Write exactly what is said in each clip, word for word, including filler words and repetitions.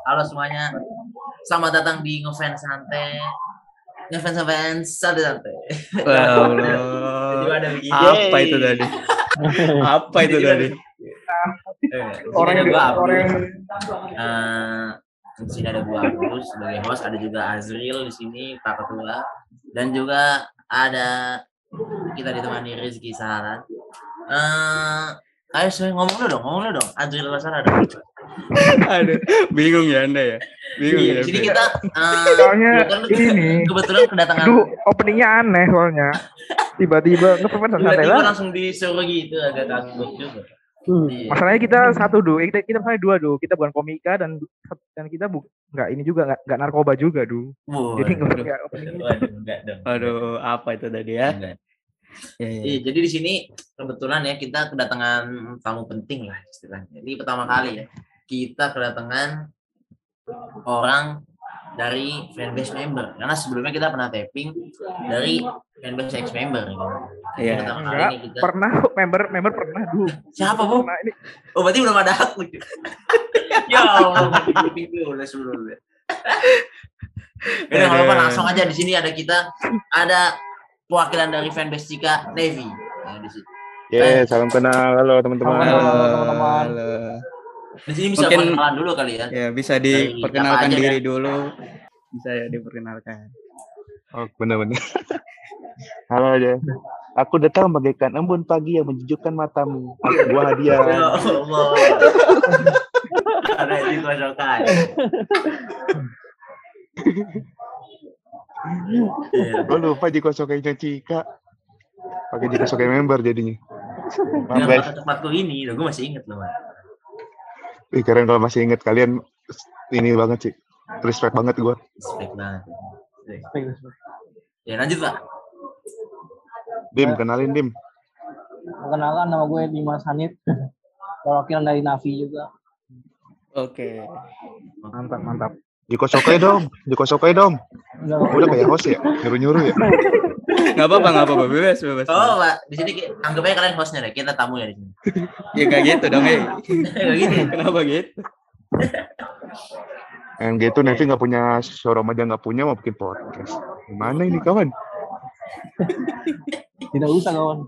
Halo semuanya, selamat datang di Ngefans Santai. Ngefans Ngefans santai-santai. Wow. Ada begini. Apa itu tadi? Apa itu tadi? Eh, orang ada yang gua orang yang Abdul. Eh, di sini ada gua Abdul sebagai host, ada juga Azril di sini Pak Ketua, dan juga ada kita ditemani Rizky Saharan. Eh, ayo saya ngomong dulu dong, ngomong dulu dong. Azril Lasara dong. Aduh, bingung ya Anda ya? Bingung Iya, ya. di sini Beb? kita eh, Soalnya kebetulan, ini. kebetulan kedatangan Aduh, openingnya aneh soalnya. Tiba-tiba ngefans santai tiba-tiba lah. langsung disuruh gitu, agak takut juga. Hmm. Iya. Masalahnya kita satu du, kita kita misalnya dua du, kita bukan komika dan dan kita bu, nggak ini juga nggak nggak narkoba juga du. Wow. Jadi nggak usah kayak opening ini. Waduh, enggak dong. Aduh, apa itu tadi ya? Enggak. Ya, ya. Iya, jadi di sini kebetulan ya kita kedatangan tamu penting lah istilahnya. Jadi pertama kali ya kita kedatangan orang dari fanbase member, karena sebelumnya kita pernah tapping dari fanbase ex member ya kan. Iya. Pertama kali Enggak, ini kita pernah member member pernah du. siapa bu? Pernah ini. Oh berarti belum ada aku. Ya Allah, udah sebelumnya. Udah nggak apa-apa, langsung aja. Di sini ada kita, ada perwakilan dari fanbase Cika, Navy. Nah, di sini. Ya, yeah, salam kenal. Halo teman-teman. Halo, Halo, teman-teman. halo. Di sini bisa Mungkin- perkenalan dulu kali ya. Ya, bisa diperkenalkan Dari siapa aja, diri dulu. Bisa ya diperkenalkan. Oh, benar-benar. Halo aja. Aku datang bagaikan embun pagi yang menjejukkan matamu. Aku gua hadiah. Ya Allah. Ada itu asalkan. Gua lupa jika sokainya Cika. Pakai jika sokai member jadinya. Maaf Yang guys. tempatku ini, loh, gue masih inget loh, Man. Ih, keren kalau masih inget kalian ini banget sih. Respect banget gua. Respect banget. Ya lanjut Pak. Dim, kenalin Dim. Perkenalkan, nama gue Dimas Hanif, perwakilan dari Navi juga. Oke. Mantap mantap. Jiko sokai dong. Jiko sokai dong. Udah, Udah kayak host ya. Nyuruh-nyuruh ya. Enggak apa-apa, enggak apa-apa. Bebas, bebas. Oh Pak, di sini ki- anggap aja kalian hostnya deh, kita tamu ya di sini. Ya enggak gitu dong, eh. Kayak gitu. Kenapa gitu? Yang gitu Nevi nggak punya showroom aja nggak punya mau bikin podcast. Gimana ini kawan? tidak usah kawan.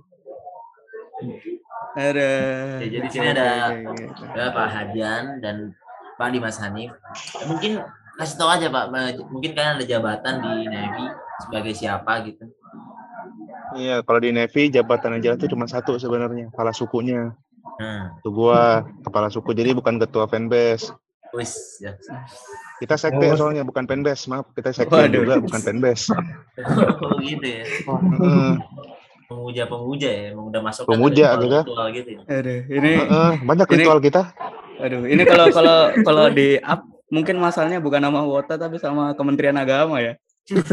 Ada. Ya, jadi di sini ada- Oke, oke, oke. Ya, Pak Hadian dan Pak Dimas Hanif. Mungkin kasih tahu aja Pak, mungkin kalian ada jabatan di Navy sebagai siapa gitu. Iya, kalau di Nevi jabatan yang jalan itu cuma satu sebenarnya, kepala sukunya. Nah, Itu gua kepala suku, jadi bukan ketua fanbase. wis ya. Kita sekte Oh. soalnya bukan fanbase, maaf. Kita sekte Waduh. juga bukan fanbase. Oh gitu ya. Heeh. Pemuja-pemuja ya, emang udah masuk Pemuja, ke gitu. ritual gitu ya. Aduh, ini Heeh, banyak Ini- ritual kita. aduh, ini kalau kalau kalau di up mungkin masalahnya bukan nama Wota tapi sama Kementerian Agama ya.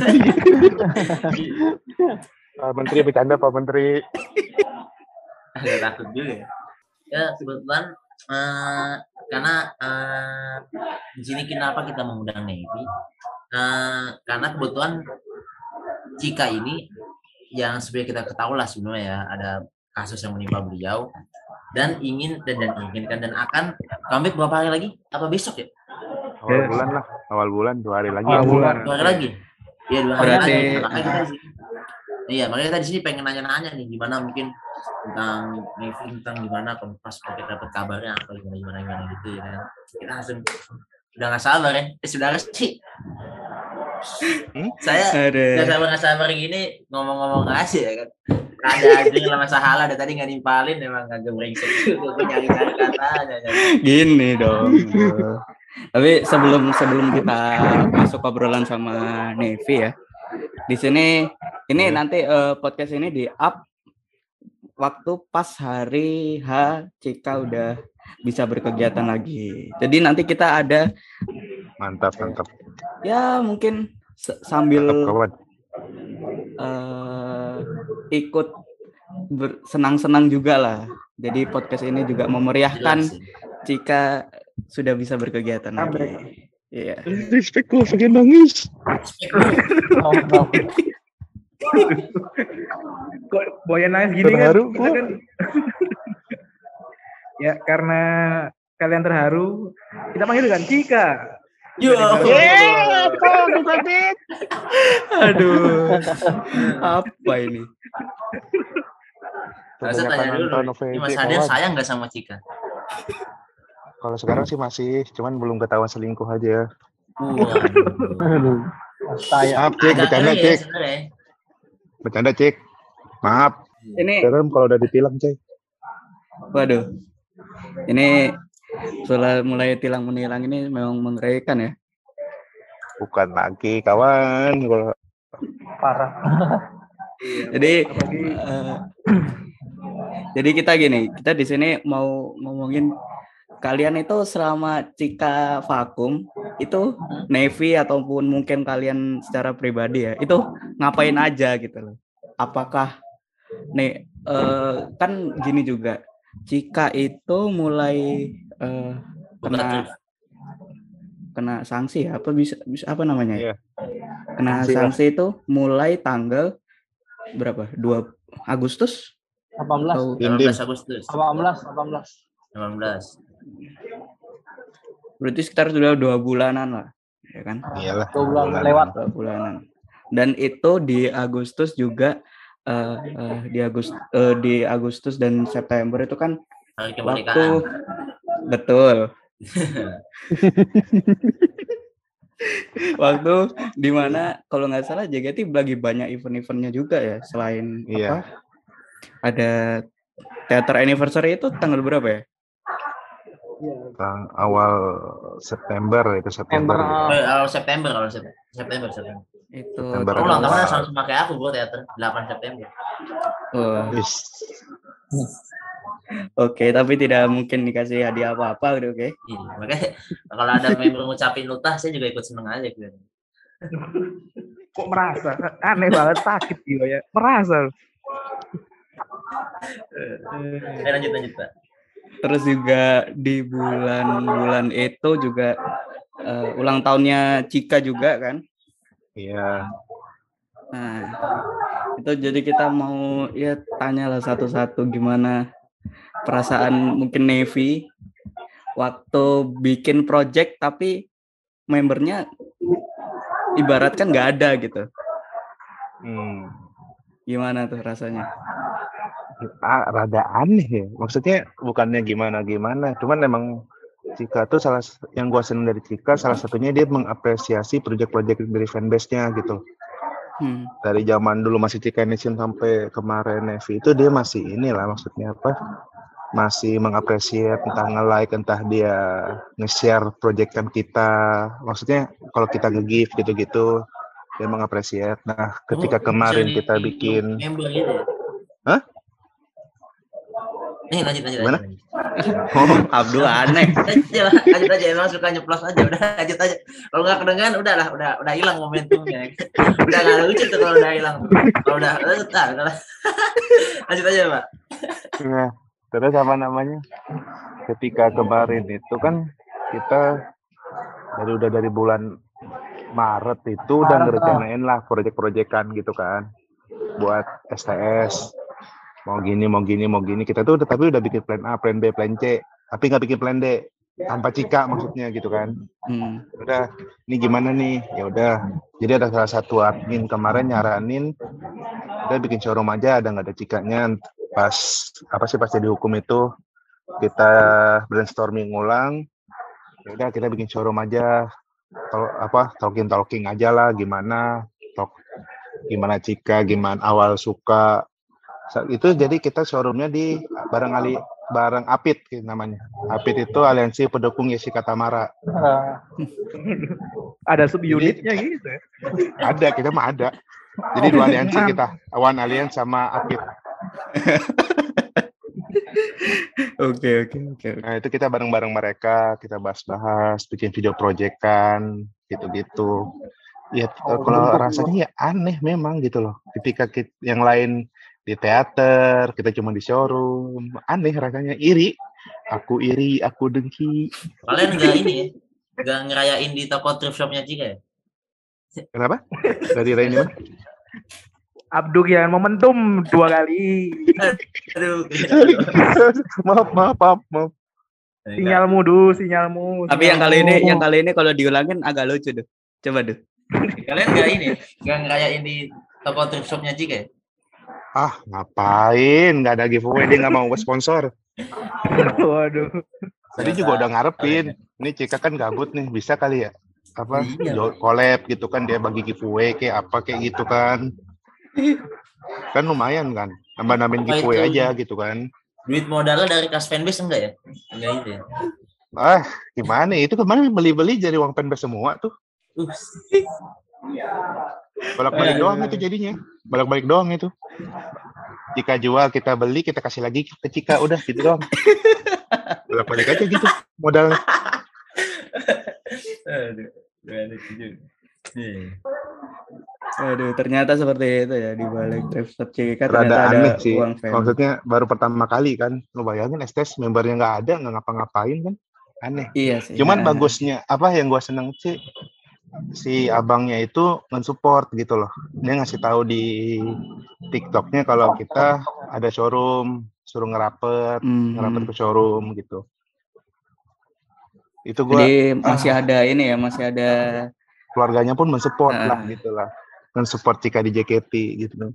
Pak Menteri bercanda, Pak Menteri. Agak takut juga ya. Ya kebetulan eh, karena eh, di sini kenapa kita mengundang Navy? Eh, karena kebetulan Cika ini yang sebenarnya kita ketahui lah sebelumnya ya, ada kasus yang menimpa beliau dan ingin dan dan inginkan dan akan comeback berapa hari lagi? Apa besok ya? Awal Yes. bulan lah, awal bulan dua hari lagi. Awal bulan. Dua hari lagi? Iya dua hari Berarti- lagi. Makanya kita di sini. Iya, makanya kita di sini pengen nanya-nanya nih gimana mungkin tentang Navy, tentang gimana kalau pas kita dapat kabarnya apa gimana gimana gimana gitu ya kan. Kita langsung udah nggak sabar ya. Eh saudara sih. Hmm? Saya Ada. nggak sabar nggak sabar gini ngomong-ngomong aja ya kan. Ada aja lah masalah, ada tadi nggak nimpalin emang agak brengsek juga gue nyari-nyari katanya. Gini dong. Tapi sebelum sebelum kita masuk obrolan sama Nevi ya, di sini ini nanti eh, podcast ini di up waktu pas hari H Cika udah bisa berkegiatan lagi. Jadi nanti kita ada Mantap, mantap. ya mungkin s- Mantap, sambil kawan. eh, ikut ber- senang-senang juga lah. Jadi podcast ini juga memeriahkan Jelas sih. jika sudah bisa berkegiatan lagi. Iya. Respect gua pengen nangis. Kok boyan nangis gini kan? Terharu, Kita kan ya karena kalian terharu, kita panggil dengan Cika. Yo. Yeay, kok bukan Dit? Aduh. Apa ini? Harusnya Kebanyakan tanya dulu. nonton Ini O V J, Mas Hadian kawan. sayang nggak sama Cika? Kalau sekarang sih masih, cuman belum ketahuan selingkuh aja. Waduh. Aduh. Saya. Maaf Cik, Agak bercanda ngeri ya Cik. sebenarnya. Bercanda Cik. Maaf. Ini Serem kalau udah ditilang Cik. waduh. Ini setelah mulai tilang menilang ini memang mengerikan ya. Bukan lagi kawan. Kalau Parah. Jadi eh, jadi kita gini, kita di sini mau ngomongin kalian itu selama Cika vakum itu Navy ataupun mungkin kalian secara pribadi ya, itu ngapain aja gitu loh. Apakah nih eh, kan gini juga, Cika itu mulai eh, Bukan kena trip. kena sanksi ya, apa bisa, bisa apa namanya? Iya. Kena Sanksi lah. sanksi itu mulai tanggal berapa? dua Agustus delapan belas. atau Dim, delapan dim. belas Agustus. delapan belas. delapan belas. delapan belas. berarti sekitar sudah dua bulanan lah, ya kan? Iyalah. Dua bulan lewat. Dua bulanan. Dan itu di Agustus juga eh, eh, di Agustus di Agustus dan September itu kan Hari waktu kemerdekaan. betul. Waktu dimana kalau nggak salah J K T lagi banyak event-eventnya juga ya, selain Iya. apa? Ada teater anniversary itu tanggal berapa ya? Tang- awal September itu September. September. gitu. Eh, awal September, awal September. September, September. Itu September. Aku ulang tahunnya Awal. langsung pakai aku bro teater delapan September. oh, Wis. Oke, tapi tidak mungkin dikasih hadiah apa-apa gitu, oke? Iya, makanya kalau ada member ngucapin lutah, saya juga ikut seneng aja gitu. Kok merasa? Aneh banget, sakit jiwa ya. Merasa. Eh, lanjut lanjut Pak. Terus juga di bulan-bulan itu juga eh, ulang tahunnya Cika juga kan? Iya. Nah, itu jadi kita mau ya tanyalah satu-satu gimana perasaan mungkin Navy waktu bikin project tapi membernya ibaratkan nggak ada gitu. Hmm. Gimana tuh rasanya? Ah, rada aneh ya. Maksudnya bukannya gimana-gimana, cuman emang Cika tuh salah yang gua seneng dari Cika salah satunya dia mengapresiasi proyek-proyek dari fanbase-nya gitu. Hmm. Dari zaman dulu masih Cika Nation sampai kemarin Navy itu dia masih inilah maksudnya apa? Masih mengapresiasi entah nge-like entah dia nge-share proyekan kita. Maksudnya kalau kita nge-give gitu-gitu dia mengapresiasi. Nah, ketika Oh, kemarin bisa kita di- bikin member gitu ya? Hah? Nih lanjut lanjut Gimana? lanjut. Oh, Abdul aneh. Aja lah, lanjut aja emang suka nyeplos aja udah lanjut aja. Kalau nggak kedengeran udah lah, udah udah hilang momentumnya. Udah nggak lucu tuh kalau udah hilang. Kalau udah lanjut ah, udah lah. Lanjut aja Pak. Nah, terus apa namanya? Ketika kemarin itu kan kita dari udah dari bulan Maret itu udah Maret, ngerencanain lah proyek-proyekan gitu kan buat S T S mau gini mau gini mau gini kita tuh udah tapi udah bikin plan A, plan B, plan C tapi nggak bikin plan D tanpa Cika maksudnya gitu kan. Hmm. Udah ini gimana nih ya udah jadi ada salah satu admin kemarin nyaranin udah bikin showroom aja ada nggak ada Cikanya pas apa sih pas jadi hukum itu kita brainstorming ulang ya udah kita bikin showroom aja kalau apa talking talking aja lah gimana talk gimana Cika gimana awal suka saat itu jadi kita showroomnya di bareng Ali bareng Apit namanya Apit itu aliansi pendukung Yesi Katamara Nah, Ada subunitnya gitu. ya. ada kita mah ada jadi dua aliansi kita One Alliance sama Apit. Oke oke oke. Nah itu kita bareng-bareng mereka kita bahas-bahas bikin video proyekan gitu-gitu ya Oh, kalau bentuk rasanya ya aneh memang gitu loh ketika kita, yang lain di teater kita cuma di showroom aneh rasanya iri aku iri aku dengki Kalian nggak ini ya? Nggak ngerayain di toko thrift shopnya Cika ya? kenapa dari lain ini mah Abdul yang momentum dua kali. Aduh. maaf maaf maaf maaf Sinyalmu dulu, sinyalmu. Tapi yang kali ini, yang kali ini kalau diulangin agak lucu tuh. Coba deh. Kalian nggak ini, nggak ngerayain di toko thrift shopnya Cika ya? Ah, ngapain? Nggak ada giveaway, dia nggak mau sponsor. Waduh. Tadi juga udah ngarepin. Ini Cika kan gabut nih, bisa kali ya? Apa? Iya. jo- Collab gitu kan, dia bagi giveaway kayak apa kayak gitu kan. Kan lumayan kan. Nambah-nambahin Apa giveaway itu? aja gitu kan. Duit modalnya dari kas fanbase enggak ya? Enggak itu ya? Ah, gimana? Itu kemarin beli-beli jadi uang fanbase semua tuh. Uh, Bolak-balik Eh. doang itu jadinya. Bolak-balik doang itu. Jika jual kita beli, kita kasih lagi ke Cika, udah gitu doang. Bolak-balik aja gitu modal. Aduh, ada juga. Iya. Aduh, ternyata seperti itu ya di balik thrift shop Cika Rada ternyata ada aneh sih. uang fan. Maksudnya baru pertama kali kan. Lu bayangin S T S membernya nggak ada, nggak ngapa-ngapain kan. Aneh. Iya sih. Cuman Nah, bagusnya, apa yang gua seneng sih, si abangnya itu men-support gitu loh. Dia ngasih tahu di TikToknya kalau kita ada showroom, suruh ngerapet, hmm, ngerapet ke showroom gitu. Itu gua Jadi masih ah, ada ini ya, masih ada. keluarganya pun mensupport Ah. lah gitu lah. Men-support Cika di J K T gitu.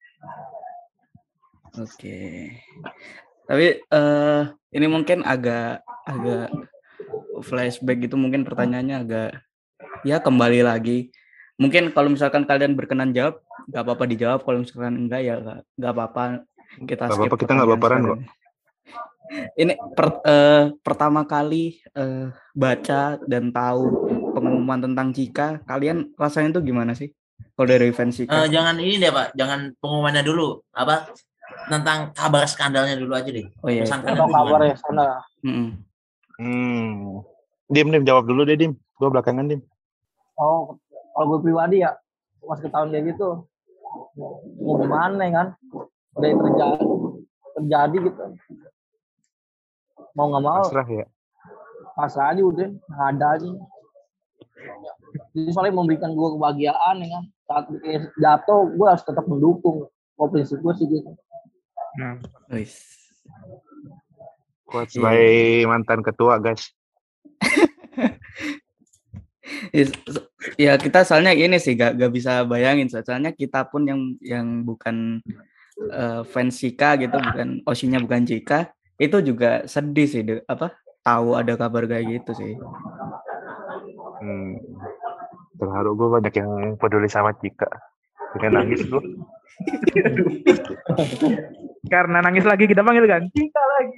Oke. Tapi eh ini mungkin agak agak flashback gitu, mungkin pertanyaannya agak ya kembali lagi. Mungkin kalau misalkan kalian berkenan jawab, nggak apa-apa dijawab. Kalau misalkan enggak ya nggak nggak apa-apa. Kita Nggak skip. apa-apa, kita nggak pertanyaan baperan sekarang. Ini per- eh, pertama kali eh, baca dan tahu pengumuman tentang Cika, kalian rasanya tuh gimana sih? Kalau dari fans Eh, Cika? jangan ini deh Pak, jangan pengumumannya dulu. Apa? Tentang kabar skandalnya dulu aja deh. Oh iya. Pesan itu. kalian Atau tuh kabar gimana? ya sana. Mm-mm. Hmm. Dim, Dim, jawab dulu deh, Dim. Gua belakangan, Dim. Oh, kalau gue pribadi ya pas ketahuan kayak gitu mau gimana kan, udah yang terjadi terjadi gitu, mau nggak mau Pasrah ya. pas aja udah nggak ada aja. Jadi soalnya memberikan gue kebahagiaan ya kan, saat dia jatuh gue harus tetap mendukung. Kalau prinsip gue sih gitu. Nah, Wis. Quotes Iya. by mantan ketua, guys. Is- Ya kita soalnya ini sih gak, gak bisa bayangin, soalnya kita pun yang yang bukan eh, fans Cika gitu, bukan Oshinya bukan Cika, itu juga sedih sih, de- apa tahu ada kabar kayak gitu sih. Hmm. Terharu, gue banyak yang peduli sama Cika. Pengen nangis gue. karena nangis lagi kita panggil kan Cika lagi.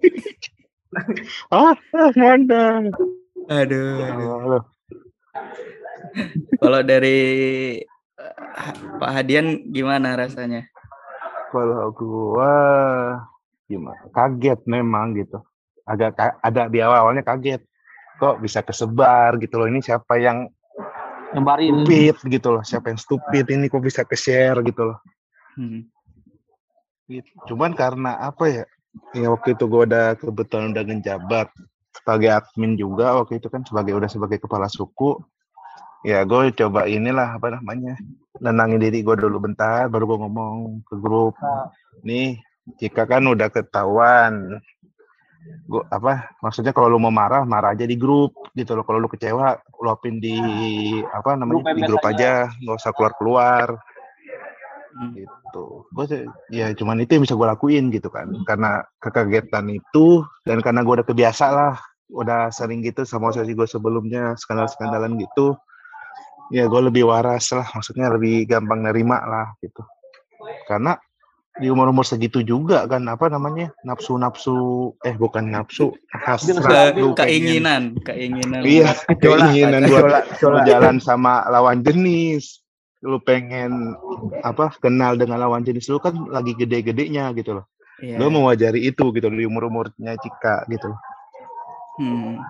Ah, ah mana? Aduh, aduh. Halo. Kalau dari eh, Pak Hadian gimana rasanya? Kalau gua gimana? Kaget memang gitu. Agak ka- ada di awal-awalnya kaget. Kok bisa kesebar gitu loh. Ini siapa yang Nyebarin. stupid gitu loh. Siapa yang stupid ini kok bisa ke-share gitu loh. Hmm. Gitu. Cuman karena apa ya? Ya waktu itu gua udah kebetulan udah ngejabat sebagai admin juga waktu itu kan, sebagai udah sebagai kepala suku. Ya gue coba inilah apa namanya, nenangin diri gue dulu bentar, baru gue ngomong ke grup. Nah, Nih, Cika kan udah ketahuan. Gue apa? Maksudnya kalau lu mau marah, marah aja di grup gitu loh. Kalau lu kecewa, luapin di apa namanya, Grup di M S grup aja, nggak usah keluar-keluar Hmm. gitu. Gue sih- ya cuman itu yang bisa gue lakuin gitu kan. Karena kekagetan itu dan karena gue udah kebiasa lah, udah sering gitu sama sesi gue sebelumnya skandal-skandalan gitu. Ya gue lebih waras lah, maksudnya lebih gampang nerima lah gitu. Karena di umur-umur segitu juga kan, apa namanya, nafsu-nafsu, eh bukan nafsu, hasrat Ke- lu pengen, keinginan, keinginan. iya, keinginan buat Cola, cola. berjalan sama lawan jenis. Lu pengen apa, kenal dengan lawan jenis lu kan lagi gede-gedenya gitu loh. Iya. Gue mewajari itu gitu di umur-umurnya Cika gitu loh. Hmm.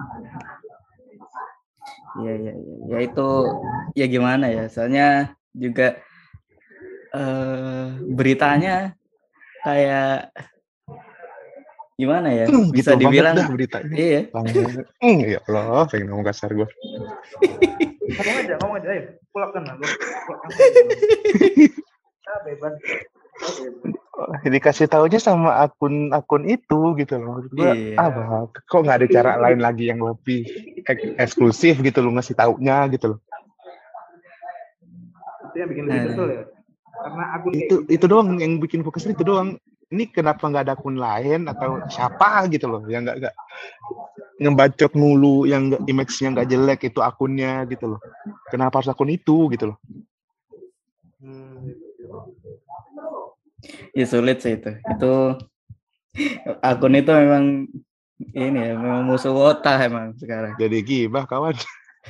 Iya, iya, iya. Ya itu ya gimana ya? Soalnya juga eh beritanya kayak gimana ya? Hmm, Bisa gitu dibilang banget dah beritanya. iya. Banget. Hmm, ya Allah, pengen ngomong kasar gue. Ngomong aja, ngomong aja, ayo. Pulakkan lah, gua. Pulakkan. Ah, bebas. Dikasih taunya sama akun-akun itu gitu loh. Maksud gua, Iya. ah, Bang, kok nggak ada cara lain lagi yang lebih ek- eksklusif gitu loh ngasih taunya gitu loh. Itu yang bikin lebih Nah. kesel ya. Karena akun kayak Itu gitu. itu doang yang bikin fokus itu doang. Ini kenapa nggak ada akun lain atau siapa gitu loh yang nggak nggak ngebacot mulu, yang nggak- image-nya nggak jelek itu akunnya gitu loh. Kenapa harus akun itu gitu loh? Hmm. Ya sulit sih itu. Itu akun itu memang ini ya, memang musuh wota emang sekarang. Jadi gibah kawan.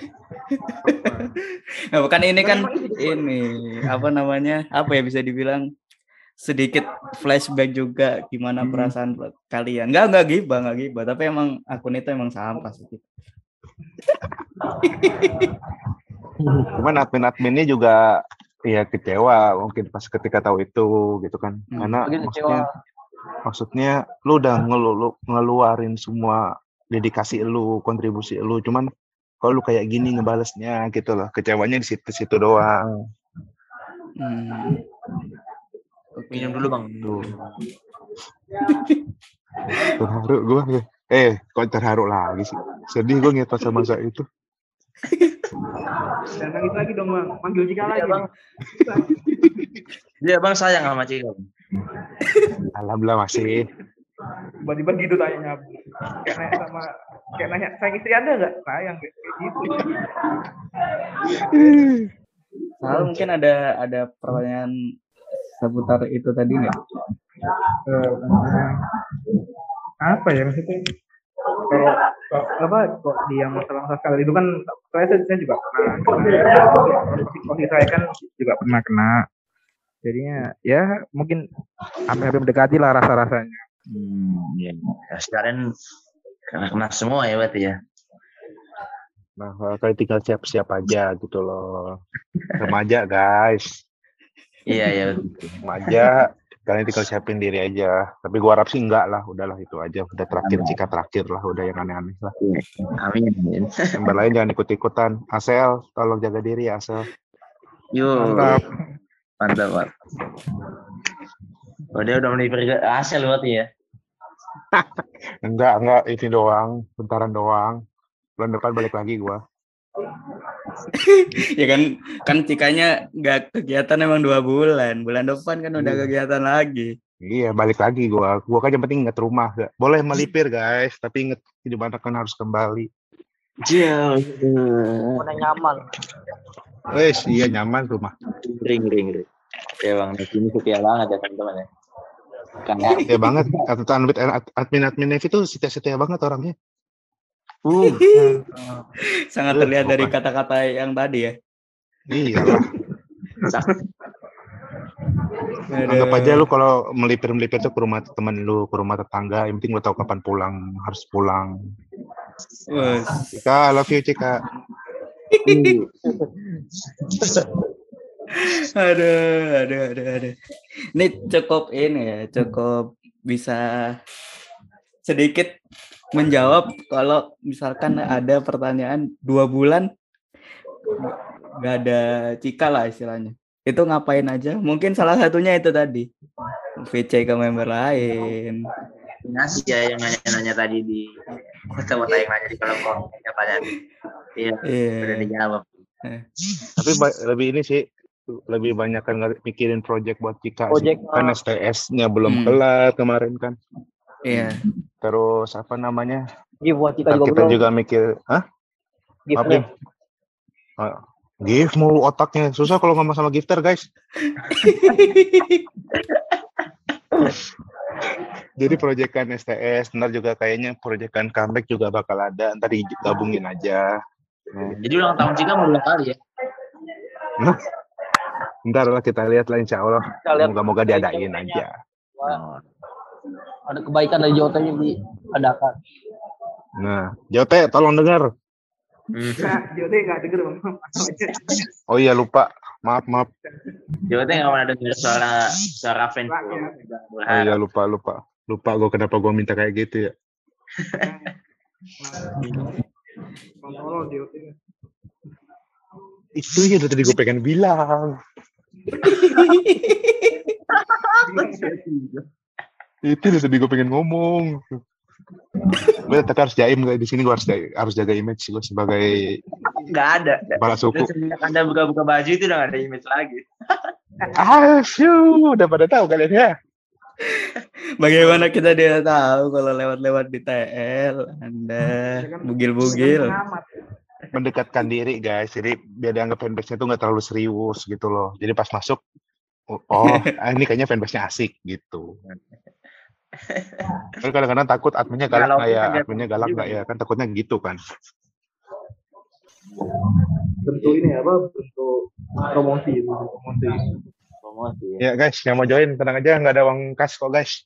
Nah, bukan ini kan Emang itu juga. ini apa namanya? Apa ya bisa dibilang sedikit flashback juga gimana Hmm. perasaan kalian. Enggak enggak gibah, enggak gibah, tapi emang akun itu emang sampah sih. Cuman admin-adminnya juga ya kecewa mungkin pas ketika tahu itu gitu kan. Hmm. Karena Mungkin maksudnya kecewa. maksudnya lu udah ngelu, ngeluarin semua dedikasi lu, kontribusi lu, cuman kalau lu kayak gini ngebalesnya gitu loh. Kecewanya di situ-situ doang. Hmm. Oke. Minum dulu bang. Tuh. Terharu gue. Eh, kok terharu lagi sih? Sedih gue ngeliat masa-masa itu. Dan nangis lagi dong bang, manggil Cika lagi. Iya bang. Dia bang sayang sama Cika. Alhamdulillah masih. Tiba-tiba gitu tanyanya. Kayak nanya sama, kayak nanya, sayang istri anda nggak? Sayang, kayak gitu. Nah, mungkin ada ada pertanyaan seputar itu tadi nggak? Eh, apa ya maksudnya? Kalau kalau apa kok di yang masalah-masalah sekali itu kan saya saya juga pernah kena. Posisi saya kan juga pernah kena. Jadinya ya mungkin hampir mendekati lah rasa-rasanya. Hmm, iya. Ya, sekarang kena kena semua ya berarti ya. Nah, kayak tinggal siap-siap aja gitu loh. Remaja guys. Iya ya. Remaja. Kalian tinggal siapin diri aja. Tapi gua harap sih enggak lah. Udahlah itu aja. Udah terakhir, Cika terakhir lah. Udah yang aneh-aneh lah. Amin. Amin. Yang lain jangan ikut-ikutan. Asel, tolong jaga diri ya Asel. Yuk. Mantap. Mantap pak. Oh, dia udah mulai pergi asal berarti ya. Enggak, enggak. Ini doang. Bentaran doang. Bulan depan balik lagi gua. Ya kan kan Cikanya nggak kegiatan emang dua bulan. Bulan depan kan udah Iya. kegiatan lagi. Iya, balik lagi gua. Gua kan yang penting inget rumah. Gak boleh melipir guys. Tapi inget di mana kan harus kembali. Jauh. Mana nyaman. Wes, iya nyaman rumah. Ring ring ring. Ya bang, di sini setia banget ya teman-teman ya. Karena Setia banget. Admin-admin Nevi tuh setia-setia banget orangnya. uh, Sangat Eh, terlihat dari bukan. kata-kata yang tadi ya. Iya lah. Aduh. Anggap aja lu kalau melipir-melipir tuh ke rumah temen lu, ke rumah tetangga. Yang penting lu tahu kapan pulang, harus pulang. Wes. Cika, I love you Cika. Aduh, aduh, aduh, aduh. Ini cukup ini ya, cukup bisa sedikit menjawab kalau misalkan ada pertanyaan dua bulan nggak ada Cika lah istilahnya. Itu ngapain aja? Mungkin salah satunya itu tadi V C ke member lain. ngasih ya yang nanya-nanya tadi di kota-kota yang nanya di kolom komentar pertanyaan. Iya, udah Iya. dijawab. Tapi ba- lebih ini sih, lebih banyak kan nggak mikirin project buat Cika sih. Project, Kan ah. S T S-nya belum Hmm. kelar kemarin kan. Iya. Terus apa namanya? Gift buat kita Ntar juga kita belum. juga mikir, hah? Gift Apa? Oh, gift mulu otaknya. Susah kalau ngomong sama gifter, guys. Jadi proyekan S T S, ntar juga kayaknya proyekan comeback juga bakal ada. Ntar digabungin aja. Nah, Jadi ulang tahun Cika mau dua kali ya. ntar lah kita lihat lah insya Allah. Kita lihat Moga-moga diadain kebaikan aja. Wah, ada kebaikan dari Jota yang diadakan. Nah, Jote tolong dengar. Nah, Jote nggak denger bang. Oh iya lupa. Maaf, maaf. Jawa Tengah nggak pernah dengar suara suara fans. Oh iya lupa, lupa. Lupa gue kenapa gue minta kayak gitu ya. Kontrol Jote. Itu ya udah tadi gue pengen bilang. Itu udah tadi gue pengen ngomong. Gue tetap harus jaim di sini, gue harus jaga, harus jaga image gue sebagai Nggak ada. kepala suku. Udah sejak Anda buka-buka baju itu udah nggak ada image lagi. Ah, syuh, udah pada tahu kalian ya. Bagaimana kita dia tahu kalau lewat-lewat di T L Anda bugil-bugil. Mendekatkan diri guys, jadi biar dianggap fanbase-nya tuh nggak terlalu serius gitu loh. Jadi pas masuk, oh, oh ini kayaknya fanbase-nya asik gitu. Kan kadang-kadang takut adminnya galak nggak ya, adminnya galak nggak ya, kan takutnya gitu kan. Bentuk ini apa? Bentuk promosi, promosi. Promosi. Ya guys, yang mau join tenang aja, nggak ada uang kas kok guys.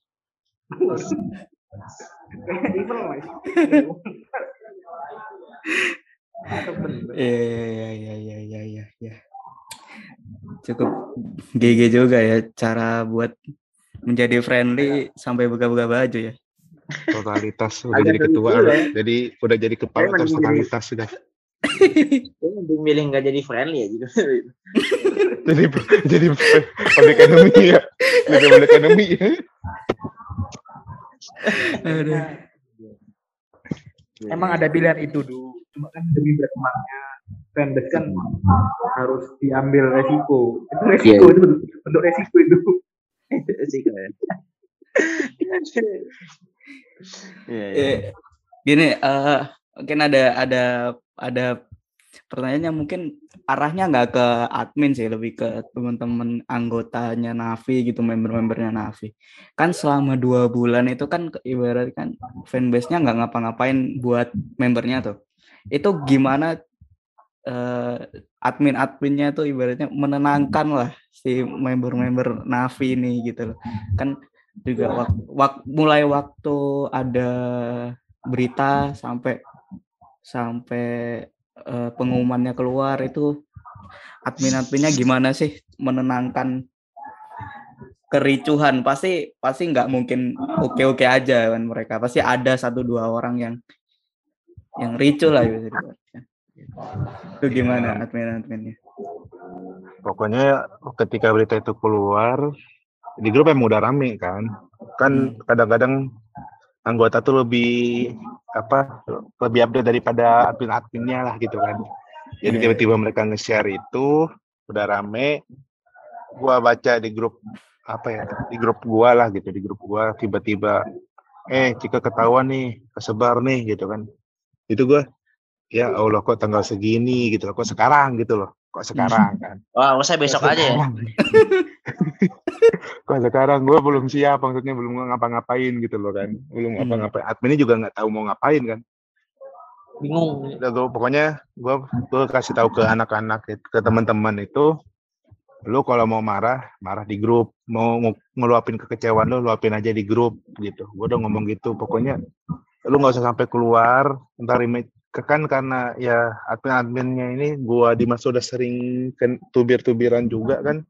Iya iya iya iya iya iya. Cukup G G juga ya cara buat menjadi friendly sampai buka-buka baju ya. Totalitas udah jadi ketua, ya. jadi udah jadi kepala terus totalitas sudah. Untuk milih nggak jadi friendly ya gitu. jadi jadi public enemy ya, jadi public enemy ya. Aduh. Emang ada pilihan itu dulu, cuma kan demi berkembangnya fanbase kan harus diambil resiko. Itu resiko yeah. itu bentuk, bentuk resiko itu. Resiko ya. yeah, yeah. Gini, uh, mungkin ada ada ada pertanyaannya mungkin arahnya nggak ke admin sih, lebih ke teman-teman anggotanya Navi gitu, member-membernya Navi. Kan selama dua bulan itu kan ibarat kan fanbase-nya nggak ngapa-ngapain buat membernya tuh. Itu gimana uh, admin-adminnya tuh ibaratnya menenangkan lah si member-member Navi ini gitu loh. Kan juga wak, wak, mulai waktu ada berita sampai sampai uh, pengumumannya keluar itu admin-adminnya gimana sih menenangkan kericuhan? Pasti pasti nggak mungkin oke-oke aja kan mereka, pasti ada satu dua orang yang yang ricuh lah gitu. Itu gimana admin-adminnya? Pokoknya ketika berita itu keluar di grup emang udah rame kan, kan hmm. kadang-kadang anggota tuh lebih apa lebih update daripada admin-adminnya lah gitu kan. Jadi yeah. tiba-tiba mereka nge-share itu udah rame, gua baca di grup apa ya di grup gua lah gitu, di grup gua tiba-tiba eh jika ketahuan nih kesebar nih gitu kan, itu gua ya Allah kok tanggal segini gitu loh, kok sekarang gitu loh, kok sekarang kan. Wah, usah besok aja ya. Kok sekarang gue belum siap, maksudnya belum ngapa-ngapain gitu loh kan, belum ngapa-ngapain, adminnya juga nggak tahu mau ngapain kan, bingung. Udah gue pokoknya gue gue kasih tahu ke anak-anak ke teman-teman itu, lu kalau mau marah marah di grup, mau ngeluapin kekecewaan lu luapin aja di grup gitu. Gue udah ngomong gitu, pokoknya lu nggak usah sampai keluar ntar image kan, karena ya admin-adminnya ini gue Dimas udah sering kan tubir-tubiran juga kan.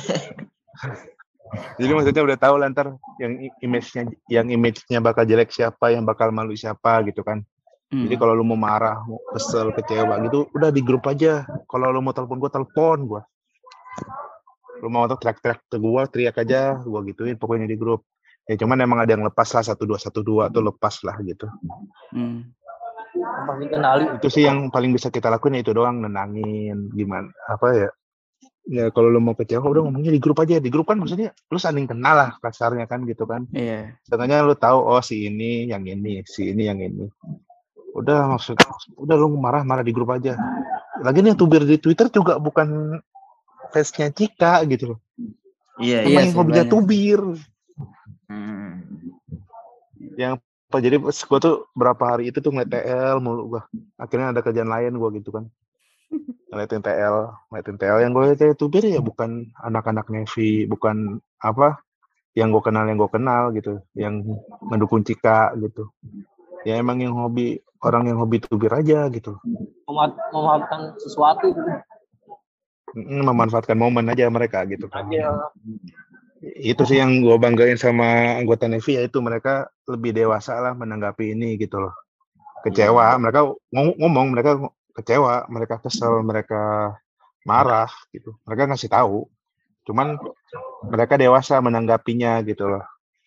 Jadi maksudnya udah tahu lah ntar yang image-nya yang image-nya bakal jelek siapa, yang bakal malu siapa gitu kan. Hmm. Jadi kalau lu mau marah, mau kesel, kecewa gitu, udah di grup aja. Kalau lu mau telepon gua, telepon gua. Lu mau teriak-teriak ke gua, teriak aja, gua gituin pokoknya di grup. Ya cuman emang ada yang lepas lah, satu dua satu dua tuh lepas lah gitu. Hmm. Itu sih yang paling bisa kita lakuin, itu doang, nenangin gimana apa ya. Ya kalau lu mau kecewa udah ngomongnya di grup aja. Di grup kan maksudnya lu saling kenal lah kasarnya kan gitu kan. Iya. Setengahnya lu tahu oh si ini yang ini, si ini yang ini. Udah maksud udah lu marah-marah di grup aja. Lagi nih tubir di Twitter juga bukan face-nya Cika gitu loh. Iya, emang iya yang hobinya banyak. tubir. Hmm. Yang apa jadi gua tuh berapa hari itu tuh ngeliat T L mulu gua. Akhirnya ada kerjaan lain gua gitu kan. Ngeliatin T L, ngeliatin T L yang gue lihat itu bir ya bukan anak-anak Navy, bukan apa yang gue kenal yang gue kenal gitu, yang mendukung Cika gitu. Ya emang yang hobi orang yang hobi tubir aja gitu. Memanfaatkan sesuatu gitu. Memanfaatkan momen aja mereka gitu kan. Aja. Itu sih yang gue banggain sama anggota Navy, ya itu mereka lebih dewasa lah menanggapi ini gitu loh. Kecewa, mereka ngomong, ngomong mereka kecewa, mereka kesel, mereka marah gitu. Mereka ngasih tahu. Cuman mereka dewasa menanggapinya gitu loh.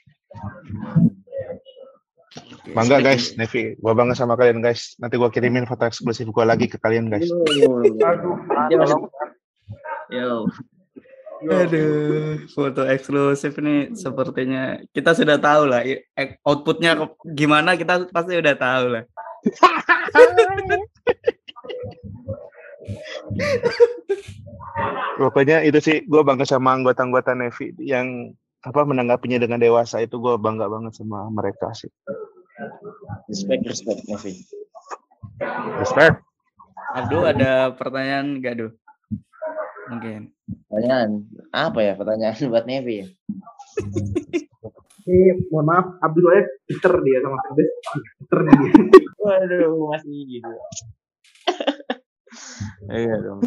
Bangga guys, Nevi. Gua bangga sama kalian guys. Nanti gua kirimin foto eksklusif gua lagi ke kalian guys. Aduh, Dia masih tolong. yo. Aduh, foto eksklusif nih sepertinya kita sudah tahu lah i- ek- outputnya ke- gimana kita pasti udah tahu lah. Pokoknya itu sih gue bangga sama anggota-anggota Nevi yang apa menanggapinya dengan dewasa itu gue bangga banget sama mereka sih. Respect, respect, Nevi. Respect. Abdul ada pertanyaan nggak, Duh? Mungkin. Pertanyaan apa ya? Pertanyaan buat Nevi ya? Ini mohon maaf, Abdul soalnya Twitter dia sama fanbase. Twitter nih dia. Waduh, masih gitu. Iya dong.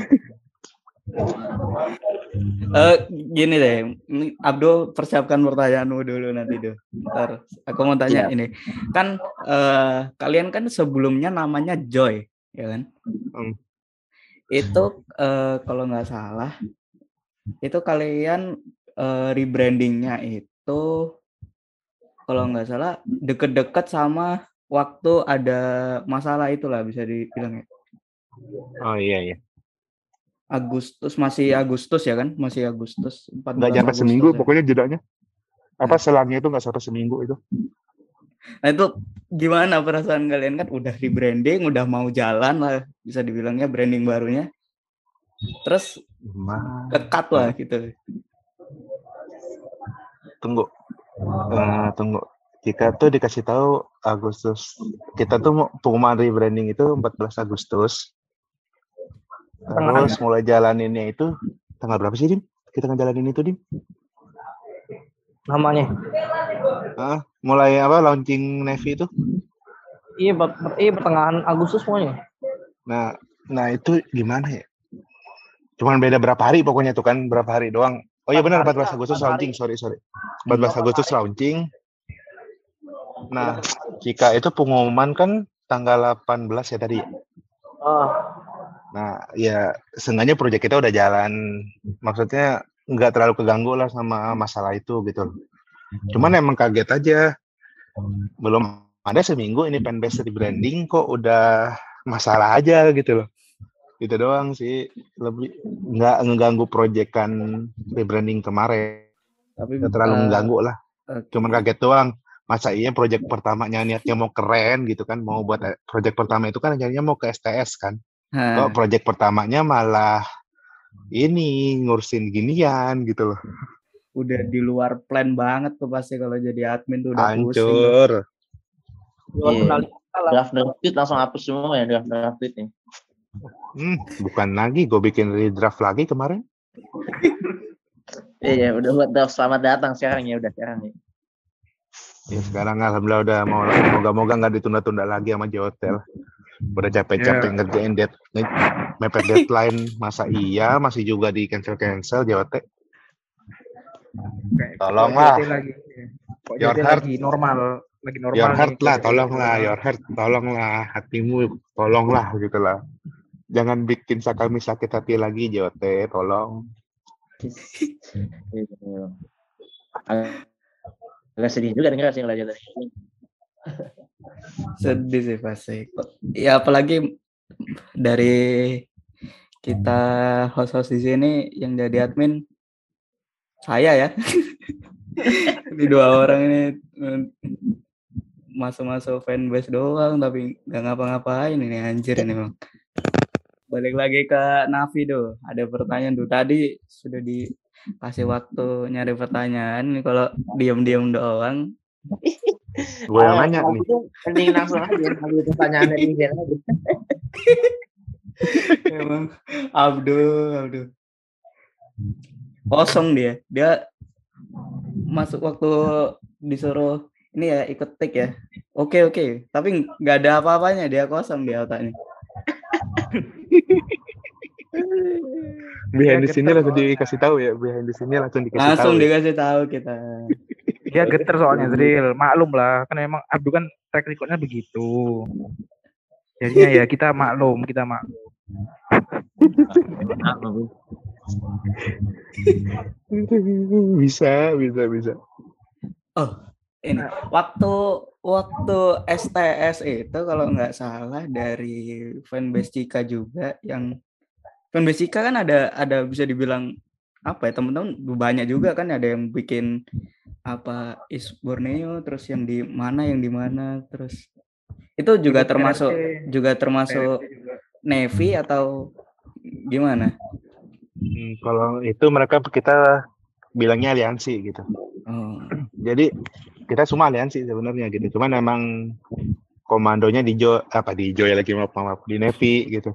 Eh gini deh, ini Abdul persiapkan pertanyaanmu dulu nanti Duh. Ntar aku mau tanya Siap. ini. Kan eh, kalian kan sebelumnya namanya Joy, ya kan? Hmm. Itu eh, kalau nggak salah itu kalian eh, rebrandingnya itu kalau nggak salah deket-deket sama waktu ada masalah itulah bisa dibilang ya. Oh iya iya. Agustus masih Agustus ya kan? Masih Agustus empat Nggak belas nyampe Agustus seminggu ya. pokoknya jedanya. Apa selangnya itu nggak sampai seminggu itu. Nah itu gimana perasaan kalian kan udah rebranding, udah mau jalan lah bisa dibilangnya branding barunya. Terus Ma, kekat lah gitu. tunggu. Eh, tunggu. Kita tuh dikasih tahu Agustus. Kita tuh mau pengumuman rebranding itu empat belas Agustus. Terus mulai jalaninnya itu tanggal berapa sih, Dim? Kita ngejalanin itu, Dim? Namanya. Ah, mulai apa launching Nevi itu? Iya, per- per- iya pertengahan Agustus pokoknya. Nah, nah itu gimana ya? Cuman beda berapa hari pokoknya tuh kan, berapa hari doang. Oh iya benar, empat belas Agustus launching, sorry sorry. empat belas Agustus launching. Nah, jika itu pengumuman kan tanggal delapan belas ya tadi. Ah, Nah, ya seenggaknya proyek kita udah jalan. Maksudnya nggak terlalu keganggu lah sama masalah itu gitu. Cuman emang kaget aja. Belum ada seminggu ini fanbase rebranding kok udah masalah aja gitu loh. Itu doang sih, lebih nggak ngeganggu proyekan rebranding kemarin. Tapi Nggak terlalu eh, mengganggu lah. oke. Cuman kaget doang. Masa iya proyek pertamanya niatnya mau keren gitu kan, mau buat proyek pertama itu kan rencananya mau ke S T S kan. Nah, Kok proyek pertamanya malah ini ngurusin ginian gitu loh. udah di luar plan banget tuh pasti kalau jadi admin tuh udah pusing. Hancur. luar Iya. kendali kita lah. Draft draft tweet langsung hapus semua ya draft draft tweetnya. Hmm, bukan lagi, gue bikin redraft lagi kemarin. Iya, udah buat draft selamat datang sekarang ya udah sekarang ya. Ya sekarang alhamdulillah udah mau, moga-moga nggak ditunda-tunda lagi sama J-Hotel. Udah capek-capek ngerjain dead, nge- mepet deadline, masa iya masih juga di cancel-cancel J-Hotel. Kayak Tolonglah. Kok J T lagi. Kok Your J T heart. lagi normal, lagi normal Your nih, heart kok lah, J T tolonglah, normal. your heart, tolonglah, hatimu, tolonglah gitu lah. Jangan bikin kami sakit hati lagi, J-Hotel, tolong. Iya. Agak sedih juga denger sih kalau jadi. Sedih sih pasti. Ya apalagi dari kita host-host di sini yang jadi admin saya ya. Di dua orang ini eh, masuk-masuk fanbase doang tapi nggak ngapa-ngapain ini anjir ini bang. Balik lagi ke Navi do. Ada pertanyaan tuh tadi sudah dikasih waktu nyari pertanyaan. Ini kalau diam-diam doang. Gue yang nanya nih. Mending langsung aja ambil pertanyaan dari Zen aja. Emang Abdul, Abdul. Kosong dia. Dia masuk waktu disuruh ini ya ikut take ya. Oke oke. Tapi nggak ada apa-apanya dia kosong di otaknya. Behind Ya, di sini geter langsung soalnya. dikasih tahu ya, behind di sini langsung dikasih Langsung tahu. Ya. dikasih tahu kita. Dia geter soalnya Zril, maklum lah, kan memang Abdul kan track recordnya begitu. Jadinya ya kita maklum, kita maklum. Bisa, bisa, bisa. Oh, ini waktu waktu S T S itu kalau nggak salah dari fanbase Cika juga yang fanbase Cika kan ada ada bisa dibilang apa ya teman-teman banyak juga kan ada yang bikin apa Is Borneo terus yang di mana yang di mana terus itu juga Ikut termasuk R R C. juga termasuk R R C juga. Navy atau gimana? Hmm, kalau itu mereka kita bilangnya aliansi gitu. Oh. Jadi kita semua aliansi sebenarnya gitu. Cuman emang komandonya di Jo apa di Joy lagi maaf, maaf di Navy gitu.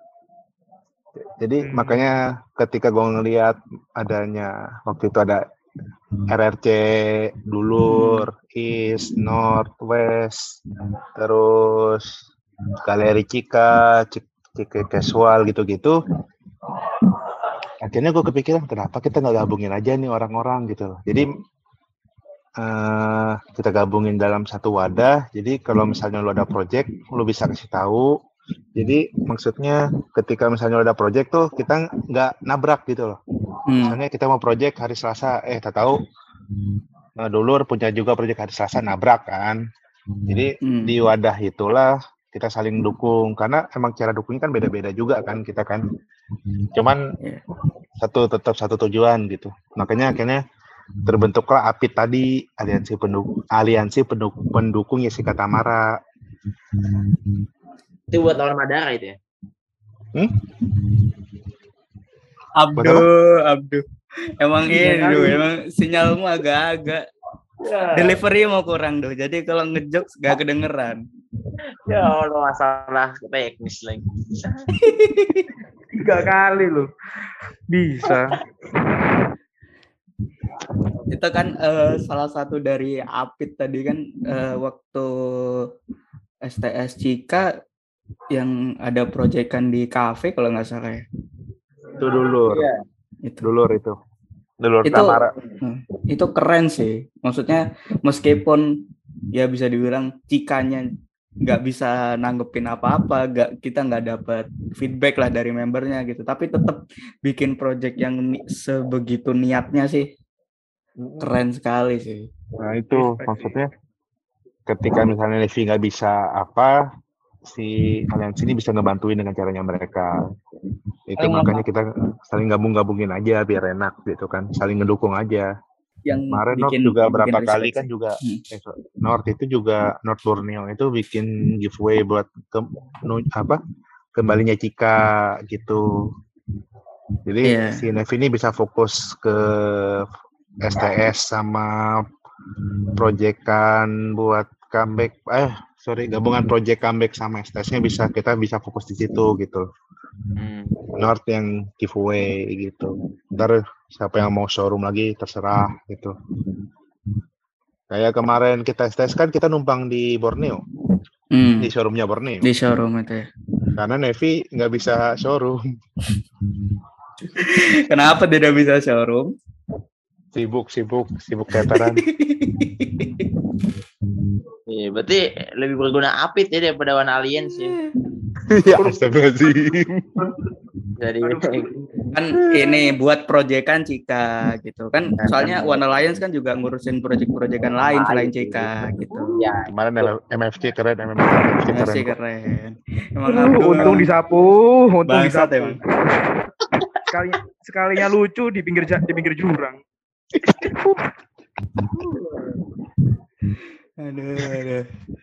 Jadi Hmm. makanya ketika gue ngelihat adanya waktu itu ada R R C, Dulur, East, North, West, terus Galeri Cika, Cika Casual gitu-gitu. Akhirnya gue kepikiran kenapa kita nggak gabungin aja nih orang-orang gitu loh. Jadi uh, kita gabungin dalam satu wadah. Jadi kalau misalnya lo ada project, lo bisa kasih tahu. Jadi maksudnya ketika misalnya lo ada project tuh kita nggak nabrak gitu loh. Hmm. Misalnya kita mau project hari Selasa, eh tak tahu nah, Dulur punya juga project hari Selasa nabrak kan. Jadi Hmm. di wadah itulah kita saling dukung karena emang cara dukungnya kan beda-beda juga kan kita kan. Cuman Yeah. satu tetap satu tujuan gitu. Makanya akhirnya terbentuklah A P I T tadi, aliansi pendukung aliansi pendukung pendukung Jessica Tamara. Itu buat lawan Madara itu ya. Hmm? Abduh, Abduh. Emang Iya ini kali. Duh, emang sinyalmu agak-agak Ya, delivery mau kurang Duh. Jadi kalau ngejokes gak kedengeran. Ya Allah, masalah teknis lagi. tiga kali loh. Bisa. Itu kan eh, salah satu dari A P I T tadi kan eh, waktu S T S Cika yang ada proyekan di kafe kalau nggak salah ya. Itu Dulur. Iya. Itu. Dulur itu. Dulur Itu Tamara. itu keren sih. Maksudnya meskipun ya bisa dibilang Cikanya nggak bisa nanggepin apa-apa, nggak kita nggak dapat feedback lah dari membernya gitu. Tapi tetap bikin project yang ni- sebegitu niatnya sih. Keren sekali sih. Nah itu maksudnya ketika misalnya Levi nggak bisa apa, si aliansi ini bisa ngebantuin dengan caranya mereka. Itu Saling makanya kita saling gabung-gabungin aja biar enak gitu kan, saling ngedukung aja. Yang Kemarin North bikin juga bikin berapa respect kali kan sih. juga Hmm. eh, so- North itu juga North Borneo itu bikin giveaway buat ke, nu- apa kembalinya Cika gitu. Jadi Iya. si Nevi ini bisa fokus ke S T S sama proyekan buat comeback eh sorry gabungan project comeback sama S T S-nya bisa kita bisa fokus di situ gitu. Hmm. North yang giveaway gitu. Ntar siapa yang mau showroom lagi terserah gitu. Kayak kemarin kita S T S kan kita numpang di Borneo, Hmm. di showroomnya Borneo. Di showroom itu ya. Karena Nevi nggak bisa showroom, Kenapa tidak bisa showroom? sibuk sibuk sibuk teateran. Iya, berarti lebih berguna A P I T ya daripada One Alliance ya. Ya astagfirullahaladzim. Jadi Kan ini buat proyekan Cika gitu kan, soalnya One Alliance kan juga ngurusin proyek-proyekan lain selain Cika gitu. ya, Kemarin M F C keren, M F C keren. Masih kok. keren. Emang Aduh, Abdul untung disapu, untung bangsat disapu. emang. Sekali sekalinya lucu di pinggir ja- di pinggir jurang. Aduh, aduh.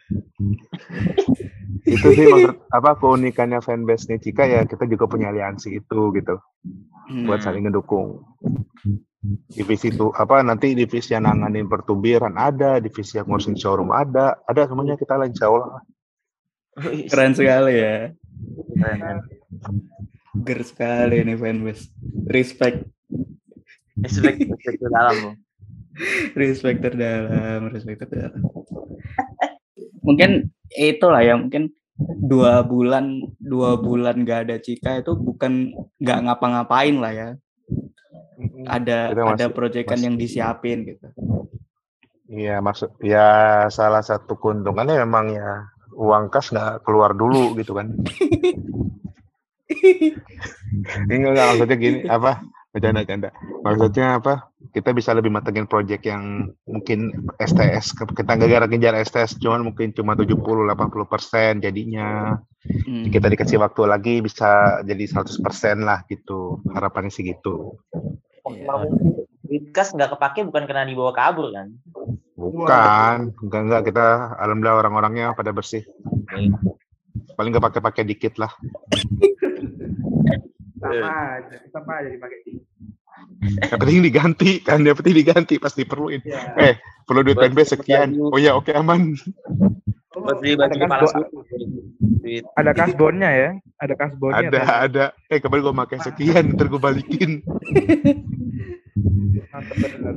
Itu sih maksud apa keunikannya fanbase-nya Cika ya kita juga punya aliansi itu gitu buat Hmm. saling ngedukung. Divisi itu apa nanti divisi yang nanganin pertubiran ada, divisi yang ngurusin showroom ada, ada semuanya kita lah insya Allah. Keren sekali ya. Keren. Ger sekali nih fanbase. Respect, respect respect ke dalam loh. respect terdalam, respect terdalam. Mungkin itulah ya, mungkin dua bulan dua bulan nggak ada Cika itu bukan nggak ngapa-ngapain lah ya. Ada Kita ada masih- proyekan masih- yang disiapin gitu. Iya maksud ya salah satu keuntungannya memang ya uang kas nggak keluar dulu gitu kan. Ini nggak maksudnya gini apa Bercanda-canda. Maksudnya apa? Kita bisa lebih matengin project yang mungkin S T S. Kita nggak gara ngejar S T S, cuman mungkin cuma tujuh puluh sampai delapan puluh persen jadinya. Hmm. Kita dikasih waktu lagi bisa jadi seratus persen lah gitu. Harapannya sih gitu. Maksimal mungkin. Witkas nggak kepake bukan karena dibawa kabur kan? Bukan, enggak enggak kita alhamdulillah orang-orangnya pada bersih. Paling nggak pakai-pakai dikit lah. Sama aja, sama aja dipakai. Yang penting diganti kan, yang penting diganti pasti perluin. Ya. Eh, perlu duit fanbase sekian. Oh ya, oke aman. Buat beli baju Ada kepala kas- suku. Duit. Ada kasbonnya ya, ada kasbonnya. Ada, ada. Eh, kemarin gue pakai sekian, ntar gue balikin. Mantap bener.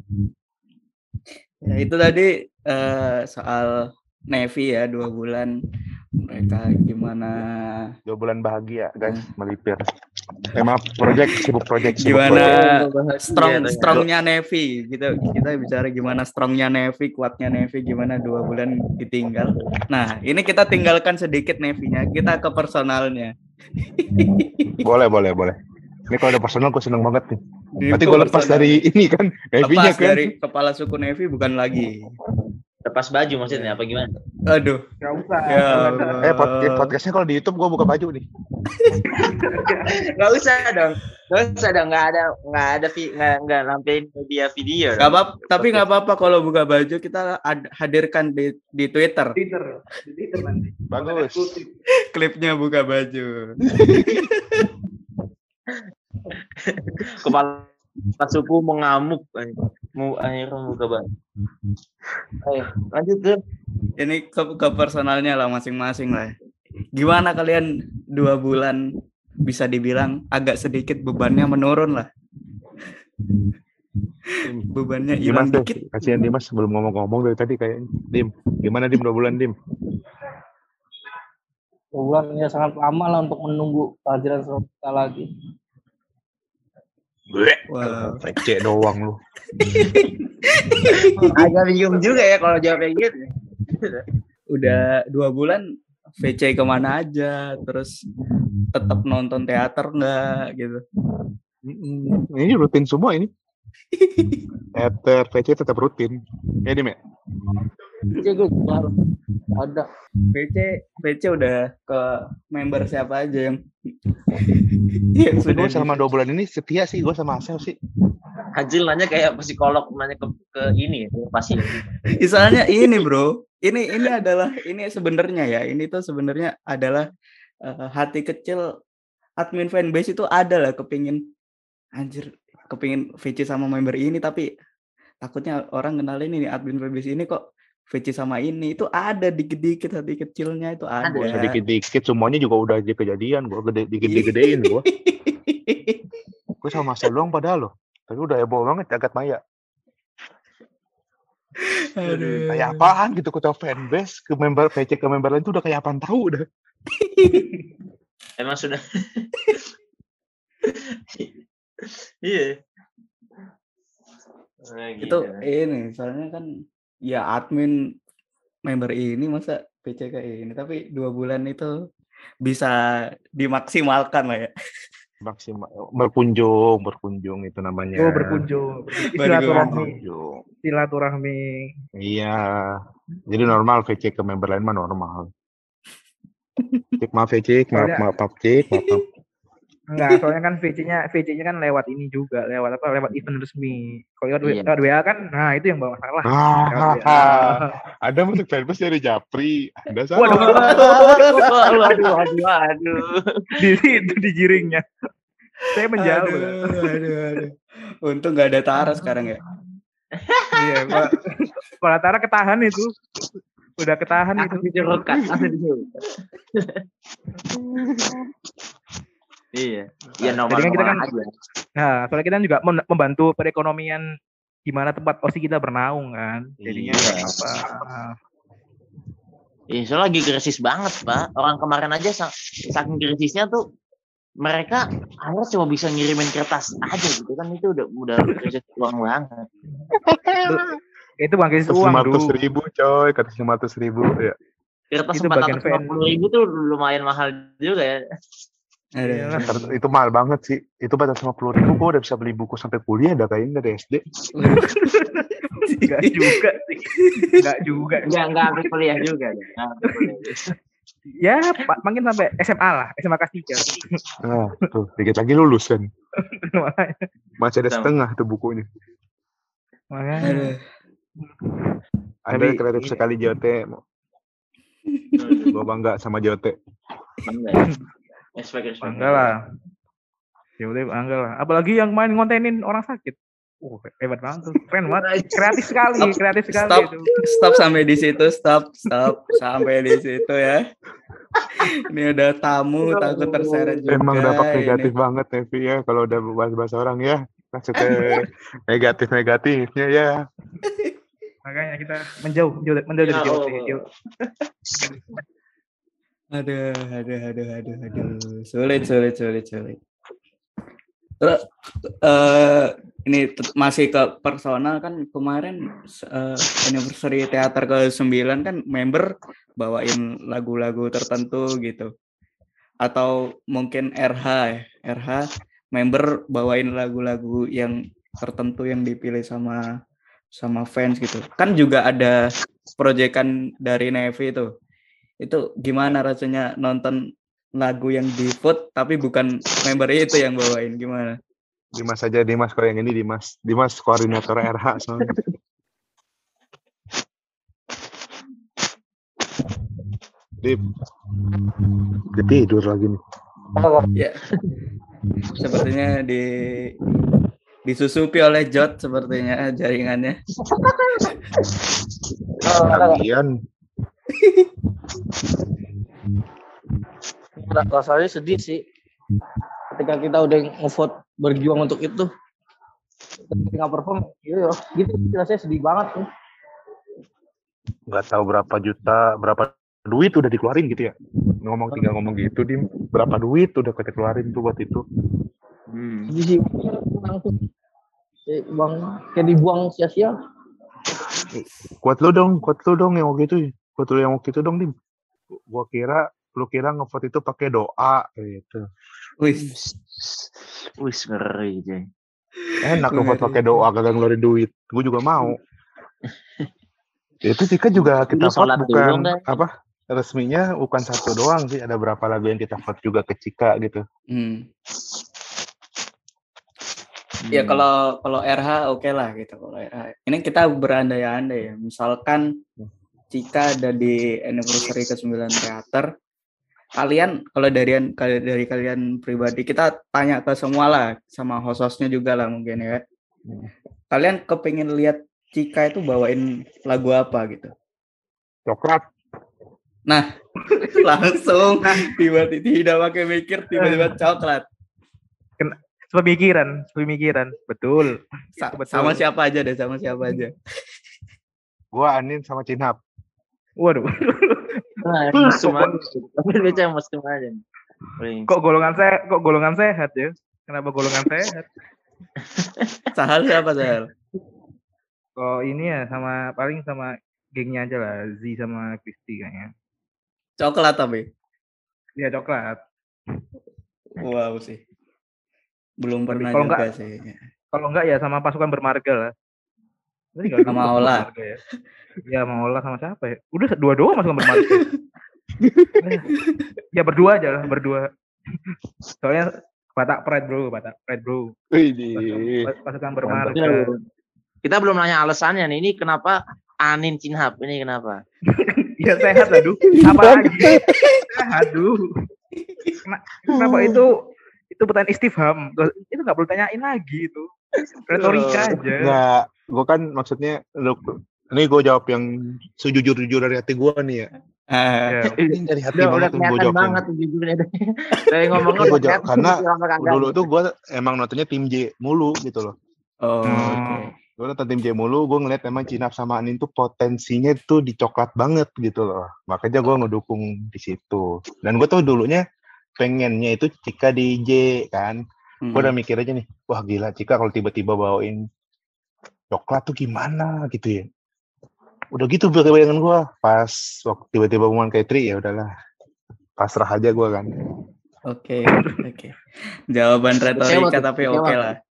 Ya, itu tadi eh, soal Navy ya, dua bulan mereka gimana Dua bulan bahagia, guys, melipir. Eh, maaf, project, sibuk project. Sibuk gimana project. strong Iya, strongnya Navy gitu, kita bicara gimana strongnya Navy, kuatnya Navy, gimana dua bulan ditinggal. Nah ini kita tinggalkan sedikit Navy-nya, kita ke personalnya. Boleh, boleh, boleh. Ini kalau ada personal, gue seneng banget nih. Ini Berarti gue lepas personal. dari ini kan, Navy-nya Lepas kan. dari kepala suku Navy bukan lagi. Lepas baju maksudnya apa gimana? Aduh. Gak usah. Ya Gak usah. Allah. Eh, pod- podcastnya kalau di YouTube gue buka baju nih. Nggak usah dong. Nggak usah dong. Nggak ada nggak ada vi- nggak nggak nampilin media video. Gak apa, tapi nggak apa-apa kalau buka baju kita ad- hadirkan di di Twitter. Twitter, di Twitter nanti. Bagus. Klipnya buka baju. Kepala suku mengamuk. Mau akhirnya buka baju. Ayo lanjut tuh. Ini ke, ke personalnya lah masing-masing lah. Gimana kalian dua bulan bisa dibilang agak sedikit bebannya menurun lah. Bebannya hilang Dimas tuh, dikit. kasihan Dimas belum ngomong-ngomong dari tadi kayaknya. Dim, gimana Dim dua bulan Dim? Dua bulan ya sangat lama lah untuk menunggu kehadiran seorang kita lagi. Wow. Receh doang lu. Agak bingung juga ya kalau jawab kayak gitu. Udah dua bulan V C kemana aja, terus tetap nonton teater nggak gitu. Mm-mm. Ini rutin semua ini. Teater, V C tetap rutin. Ya Dim ya? Jadi gue harus ada. V C V C udah ke member siapa aja yang yang sudah Gue selama dua bulan ini setia sih gue sama Asel sih. Hajil nanya kayak psikolog nanya ke, ke ini ya, ke pasien. Misalnya ini bro, ini ini adalah ini sebenarnya ya, ini tuh sebenarnya adalah uh, hati kecil admin fanbase itu ada lah kepingin anjir kepingin V C sama member ini, tapi takutnya orang kenalin ini admin fanbase ini kok V C sama ini, itu ada dikit-dikit hati kecilnya itu ada. Gue sedikit-dikit semuanya juga udah aja kejadian. Gue gede digede-gedein gue. Gue sama Asel doang padahal loh. Tapi udah heboh banget jagat maya. Aduh. Kayak apaan gitu kota fanbase ke member V C ke member lain tuh udah kayak apaan tahu udah. Emang sudah. Iya. Nah, Itu gitu. ini soalnya kan ya admin member ini masa P C kayak ini, tapi dua bulan itu bisa dimaksimalkan lah ya. Maksimal berkunjung, berkunjung itu namanya. Oh, berkunjung. Silaturahmi. Silaturahmi. Iya. Jadi normal V C ke member lain mah normal. Cik maaf V C, maaf Soalnya- maaf maaf Cik, maaf. maaf. Enggak, soalnya kan V C-nya V C-nya kan lewat ini juga, lewat apa? Lewat event resmi. Kalau lewat Iya. lewat W A kan, nah itu yang bawa masalah. Ah, Lewat W A. ada masuk fanbase dari Japri. Ada Waduh. salah. Waduh, aduh, aduh, aduh. Di situ digiringnya. Saya menjauh. Aduh, aduh, aduh. Untung nggak ada Tara sekarang ya. Iya, Pak. Kalau Tara ketahan itu. Udah ketahan Aku itu. dijerokan, aku dijerokan. Iya, iya Jadi normal kan kita kan- aja. Nah, soalnya kita juga mem- membantu perekonomian di mana tempat O S I kita bernaung kan. Jadinya Iya. nggak apa. Iya, soalnya lagi krisis banget, Pak. Orang kemarin aja sa- saking krisisnya tuh mereka akhirnya cuma bisa ngirimin kertas aja gitu kan, itu udah udah krisis uang banget. Itu bukan krisis uang, lima ratus Du. ribu coy, kata lima ratus ribu ya. Kertas Itu empat bagian ratus lima puluh ribu tuh lumayan mahal juga ya. Aduh. Ter- itu mahal banget sih. Itu batas lima puluh ribu, gue udah bisa beli buku sampai kuliah dah kayaknya dari S D. Enggak juga sih. Enggak juga. Enggak, enggak sampai kuliah juga. deh. Nggak sampai kuliah. Ya, pa- makin sampai S M A lah, S M A kelas tiga. Nah, tuh, dikit lagi lulus kan. Makanya. Masih ada Sama. setengah tuh bukunya. Makanya. Aduh. Anda Tapi- kreatif sekali J O T. Gue bangga sama J O T. Bangga ya. Respect, respect. Bangga lah. Ya udah bangga lah. Apalagi yang main ngontenin orang sakit. Oh, hebat banget tuh. Keren banget. Kreatif sekali, Stop, kreatif sekali Stop, itu. stop sampai di situ, stop, stop sampai di situ ya. Ini udah tamu takut terseret juga. Emang dampak ini. negatif banget Nevi ya kalau udah bahas-bahas orang ya. Masuk ke negatif-negatifnya ya. Makanya kita menjauh, menjauh, menjauh dari Ya J O T. Allah. Jauh. Aduh, aduh, aduh, aduh, aduh. Sulit, sulit, sulit, sulit. Terus eh ini tet- masih ke personal kan kemarin eh, anniversary teater ke sembilan kan member bawain lagu-lagu tertentu gitu. Atau mungkin R H ya, R H member bawain lagu-lagu yang tertentu yang dipilih sama sama fans gitu. Kan juga ada proyekan dari Nevi itu. Itu gimana rasanya nonton lagu yang di vote tapi bukan member itu yang bawain, gimana? Dimas aja Dimas kalau yang ini Dimas. Dimas koordinator R H soalnya. Dip. Dia tidur lagi nih. Ya. Sepertinya di disusupi oleh Jot sepertinya jaringannya. Kalian Rasanya sedih sih. Ketika kita udah ngevote berjuang untuk itu, tapi nggak perform, iya ya, gitu rasanya sedih banget tuh. nggak tahu berapa juta, berapa duit udah dikeluarin gitu ya. Ngomong tinggal ngomong gitu Dim. Berapa duit udah kita keluarin tuh buat itu. Hmm. Sedih sih, langsung kayak buang, kayak dibuang sia-sia. Kuat lu dong, kuat lu dong yang waktu itu. Kuat lu yang waktu itu dong Dim. Gua kira lu kira ngevote itu pakai doa gitu. Wih, Wis ngeri, Jay. Enak ngevote pakai doa kagak ngeluarin duit. Gue juga mau. Itu Cika juga kita Lu vote sholat dulu bukan dong, Dai. apa? Resminya bukan satu doang sih, ada berapa lagu yang kita vote juga ke Cika gitu. hmm. Ya kalau kalau R H oke lah gitu kalau R H. Ini kita berandai-andai ya. Misalkan jika ada di anniversary ke sembilan teater, kalian kalau dari kalau dari kalian pribadi kita tanya ke semua lah sama host-hostnya juga lah mungkin ya. Kalian kepingin lihat Cika itu bawain lagu apa gitu? Coklat. Nah, langsung tiba-tiba tidak pakai mikir tiba-tiba coklat. Pemikiran, pemikiran. Betul. Sa- Betul. sama siapa aja deh, sama siapa aja. Gua Anin sama Cinhap. Waduh. Nah, mesum aja. Tapi baca mesum aja. nih. Kok golongan saya, kok golongan sehat ya? Kenapa golongan sehat? Sahal siapa Sahal? Kok ini ya sama paling sama gengnya aja lah, Z sama Kristi kayaknya. Coklat tapi. Dia coklat. Wow sih. Belum Tapi pernah kalau juga enggak- sih. Kalau enggak ya sama pasukan bermarga lah. Tadi nggak Sama dulu Ola. bermarga Ya. Ya sama Ola sama siapa ya? Udah dua doang pasukan bermarga. Ya berdua aja lah, berdua. Soalnya Batak Pride bro, Batak Pride bro. Widih. Pas- Pasukan Kita bermarga. belum- Kita belum nanya alasannya nih. Ini kenapa Anin Cinhap? Ini kenapa? Ya sehat lah, duh. Apa lagi? Sehat, duh. Kena- Kenapa itu itu pertanyaan istifham? Itu nggak perlu tanyain lagi itu. Retorika aja. Enggak, gua kan maksudnya lu ini gue jawab yang sejujur-jujur dari hati gue nih ya. Ah, Ya. Ini dari hati Udah, udah banget yang gue kelihatan jawab. banget tuh jujurnya. Dari ngomongnya Gua udah jawab, kelihatan karena sih sama kagak. Dulu tuh gue emang nontonnya tim J mulu gitu loh. oh, Hmm. oke. Gue nonton tim J mulu, gue ngeliat emang Cinap sama Anin tuh potensinya tuh di coklat banget gitu loh. Makanya gue ngedukung di situ. Dan gue tuh dulunya pengennya itu Cika di J kan. Hmm. Gue udah mikir aja nih, wah gila Cika kalau tiba-tiba bawain coklat tuh gimana gitu ya. Udah gitu bayangan gue. Pas waktu tiba-tiba pengumuman K tiga ya udahlah. Pasrah aja gue kan. Oke, oke. Jawaban Kecewa retorika tuh, tapi kecewa oke tuh. lah.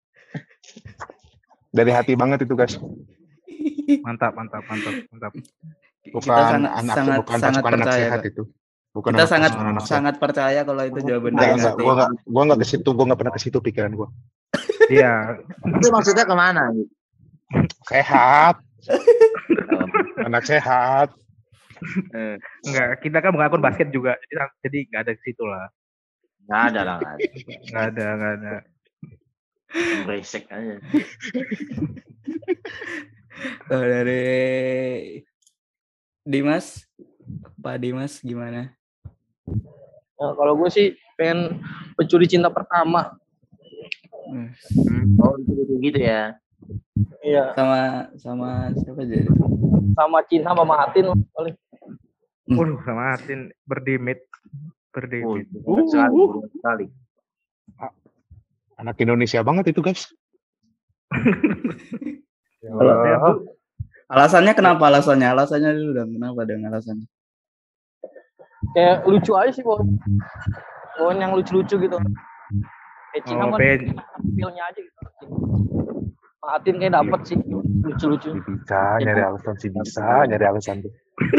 Dari hati banget itu guys. Mantap, mantap, mantap, mantap. Kita Bukan sangat anak sangat bukan sangat pasukan anak percaya sehat kok. itu. Bukan Kita anak sangat pasukan anak sehat. sangat percaya kalau itu jawaban Enggak, dari enggak. hati. Gua enggak gua enggak ke situ, gua enggak pernah ke situ pikiran gua. Iya, Itu maksudnya kemana? Gitu? Sehat, Oh, anak sehat. eh, enggak. Kita kan bukan akun basket juga, jadi jadi nggak ada ke situ lah. nggak ada lah, nggak ada. Nggak ada, nggak ada. Beresek aja. Oh, dari Dimas, Pak Dimas gimana? Nah, kalau gue sih pengen pencuri cinta pertama. Hmm, Oh, gitu gitu ya. Iya, Sama sama siapa jadi? sama Cinta sama Mahatin paling. Waduh, sama Atin berdimit, Oh, berdimit. berat sekali, berat sekali. Anak Indonesia banget itu guys. Ya Kalau saya Allah. tuh Alasannya kenapa alasannya? Alasannya dulu dong. Kenapa dengan alasannya? Kayak lucu aja sih pokoknya. Pokoknya yang lucu-lucu gitu. Kayak Cinta Oh, mah pengen- tampilnya aja gitu. Mahatin kayak dapet sih lucu-lucu. Si bisa nyari alasan si bisa nyari alasan tuh.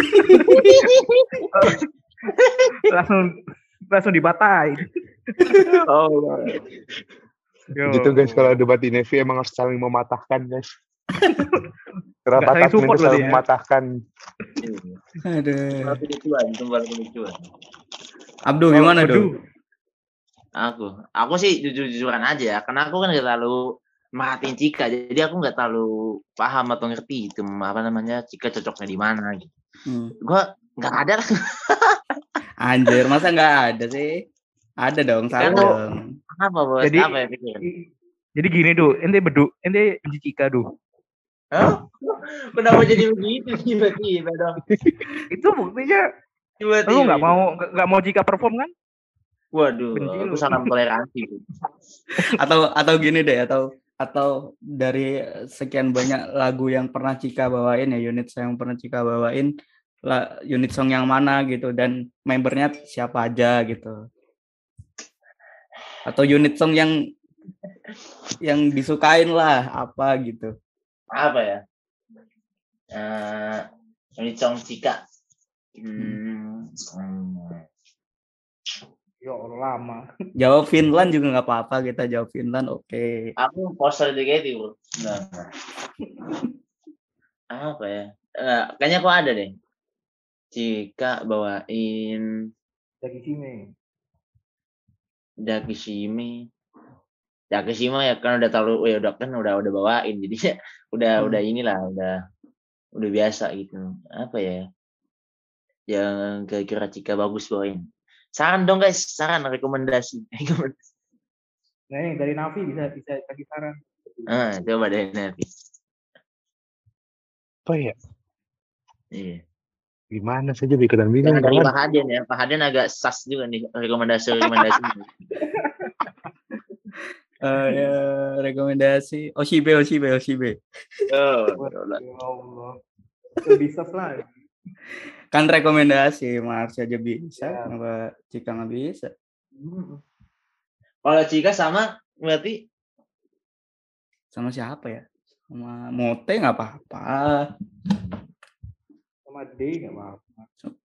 langsung langsung dibatain. Oh, Yo. Gitu guys, kalau debat di Navy emang harus saling mematahkan guys. Nggak Rapat saling admin support itu saling berarti ya? mematahkan. Aduh. Tumbal kelucuan, tumbal kelucuan. Abdul gimana Waduh. dong? Aku, aku sih jujur-jujuran aja, karena aku kan nggak terlalu merhatiin Cika, jadi aku nggak terlalu paham atau ngerti itu apa namanya Cika cocoknya di mana gitu. Hmm. Gua nggak ada lah. Anjir, masa nggak ada sih? Ada dong, salah Kan- dong. Apa bos? Jadi- apa ya pikiran? Jadi gini duh, ente bedu, ente benci Cika duh. Hah? Kenapa jadi begitu tiba-tiba dong? Itu buktinya Tiba-tiba. lu nggak mau nggak nggak mau Cika perform kan? Waduh, benci aku lu. sangat toleransi. Atau atau gini deh, atau atau dari sekian banyak lagu yang pernah Cika bawain ya, unit song yang pernah Cika bawain, lah, unit song yang mana gitu dan membernya siapa aja gitu. Atau unit song yang yang disukain lah apa gitu. Apa ya? Eh, ini song Cika. Hmm, hmm. Ya Allah lama. Jawab Finland juga nggak apa-apa, kita jawab Finland oke. Aku poster juga itu, bro. Nah, apa ya? Eh, kayaknya kok ada deh. Cika bawain Dakishime. Dakishime. Dakishime ya kan udah terlalu, ya udah kan udah udah bawain, jadi udah Hmm. udah inilah, udah udah biasa gitu. Apa ya? Yang kira-kira Cika bagus bawain. Saran dong guys, saran rekomendasi. Nah, ini dari Navi bisa bisa kasih saran. Ah, coba deh Nafi. Apa ya? Iya. Gimana saja pikiran bingung Jangan dari Pak banget. Haden ya. Pak Haden agak sas juga nih rekomendasi-rekomendasi. Eh, ya, rekomendasi Oshibe Oshibe Oshibe. Oh, Ya Allah. Itu bisa lah. Kan rekomendasi Mars aja bisa, Ya. kenapa Cika nggak bisa? kalau Cika sama berarti Sama siapa ya? Sama Mote nggak apa-apa. Sama D nggak apa-apa.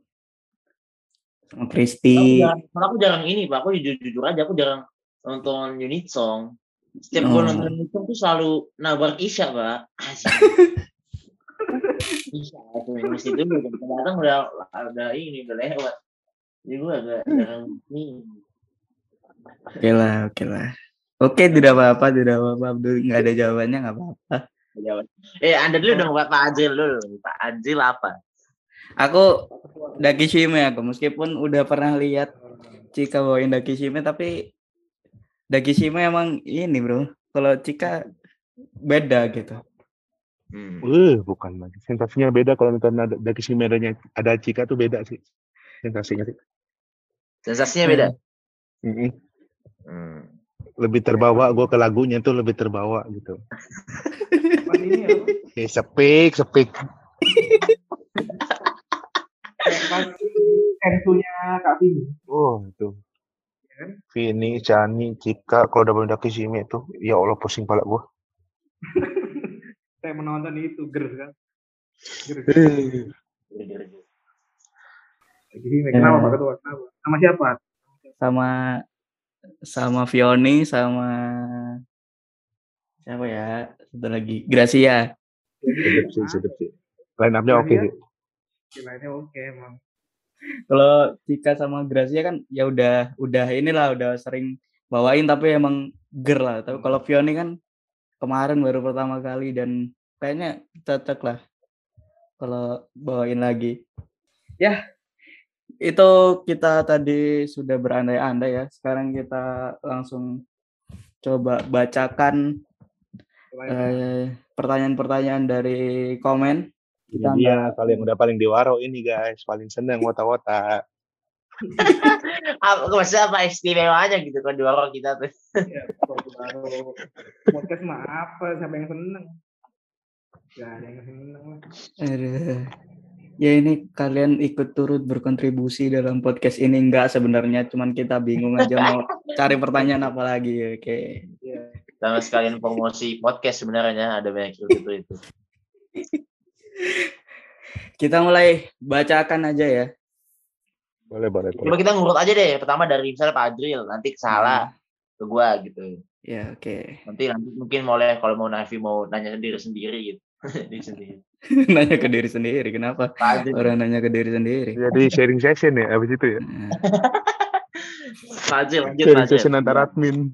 Sama aku Kristi. jarang, kalau aku jarang ini Pak, aku jujur, jujur aja aku jarang nonton unit song. Setiap Oh. gue nonton unit song tuh selalu nabrak Isya Pak. Asik. Isya, aku mesti dulu kadang udah udah ini udah lewat. Jadi gue agak jarang ini. Oke lah, oke lah. Oke, tidak apa-apa, tidak apa-apa. Abdul nggak ada jawabannya nggak apa-apa. Jawab. Eh, Anda dulu dong Pak, Pak Azil dulu. Pak Azil apa? Aku Dakishime aku meskipun udah pernah lihat Cika bawain Dakishime tapi Dakishime emang ini bro. Kalau Cika beda gitu. Hmm. Uh, bukan lagi. Sensasinya beda kalau nonton ada Dakishime adanya ada Cika tuh beda sih. Sensasinya sih. Sensasinya beda. Mm-mm. Hmm. Lebih terbawa gue ke lagunya tuh lebih terbawa gitu. Pas ini ya. Eh, sepik, sepik. Pas sensunya Kak Vini. Oh, itu. Vini, Chani, Cika, kalau udah mendaki Simi itu, ya Allah pusing pala gua. Saya menonton itu ger kan. Ger. Lagi kenapa Pak Ketua? Kenapa? Sama siapa? Sama sama Vioni sama siapa ya? Satu lagi Gracia. Sedep sih, sedep sih. Line up-nya oke sih. Lainnya oke emang. Kalau Cika sama Gracia kan ya udah udah inilah udah sering bawain tapi emang ger lah. Tapi kalau Vioni kan kemarin baru pertama kali dan kayaknya cocok lah kalau bawain lagi. Ya, itu kita tadi sudah berandai-andai ya. Sekarang kita langsung coba bacakan eh, pertanyaan-pertanyaan dari komen. Ini dia kalau yang udah paling diwaro ini guys, paling seneng wota-wota. Apa maksudnya apa istimewanya gitu kan dua orang kita tuh. Ya, baru podcast mah apa siapa yang seneng? Gak ada yang seneng lah. Aduh. Ya ini kalian ikut turut berkontribusi dalam podcast ini enggak sebenarnya, cuman kita bingung aja mau cari pertanyaan apa lagi. Oke. Ya. Sama sekalian promosi podcast sebenarnya ada banyak gitu itu. Kita mulai bacakan aja ya. Boleh, boleh, Coba boleh. kita ngurut aja deh. Pertama dari misalnya Pak Adril, nanti ke salah ke gua gitu. Ya oke. Nanti nanti mungkin boleh kalau mau Nafi mau nanya sendiri sendiri gitu. Diri sendiri. Nanya ke diri sendiri, kenapa? Pak Adril. Orang nanya ke diri sendiri. Jadi sharing session ya abis itu ya. Nah, Pak Adril lanjut Pak Sharing Adril. session antar admin.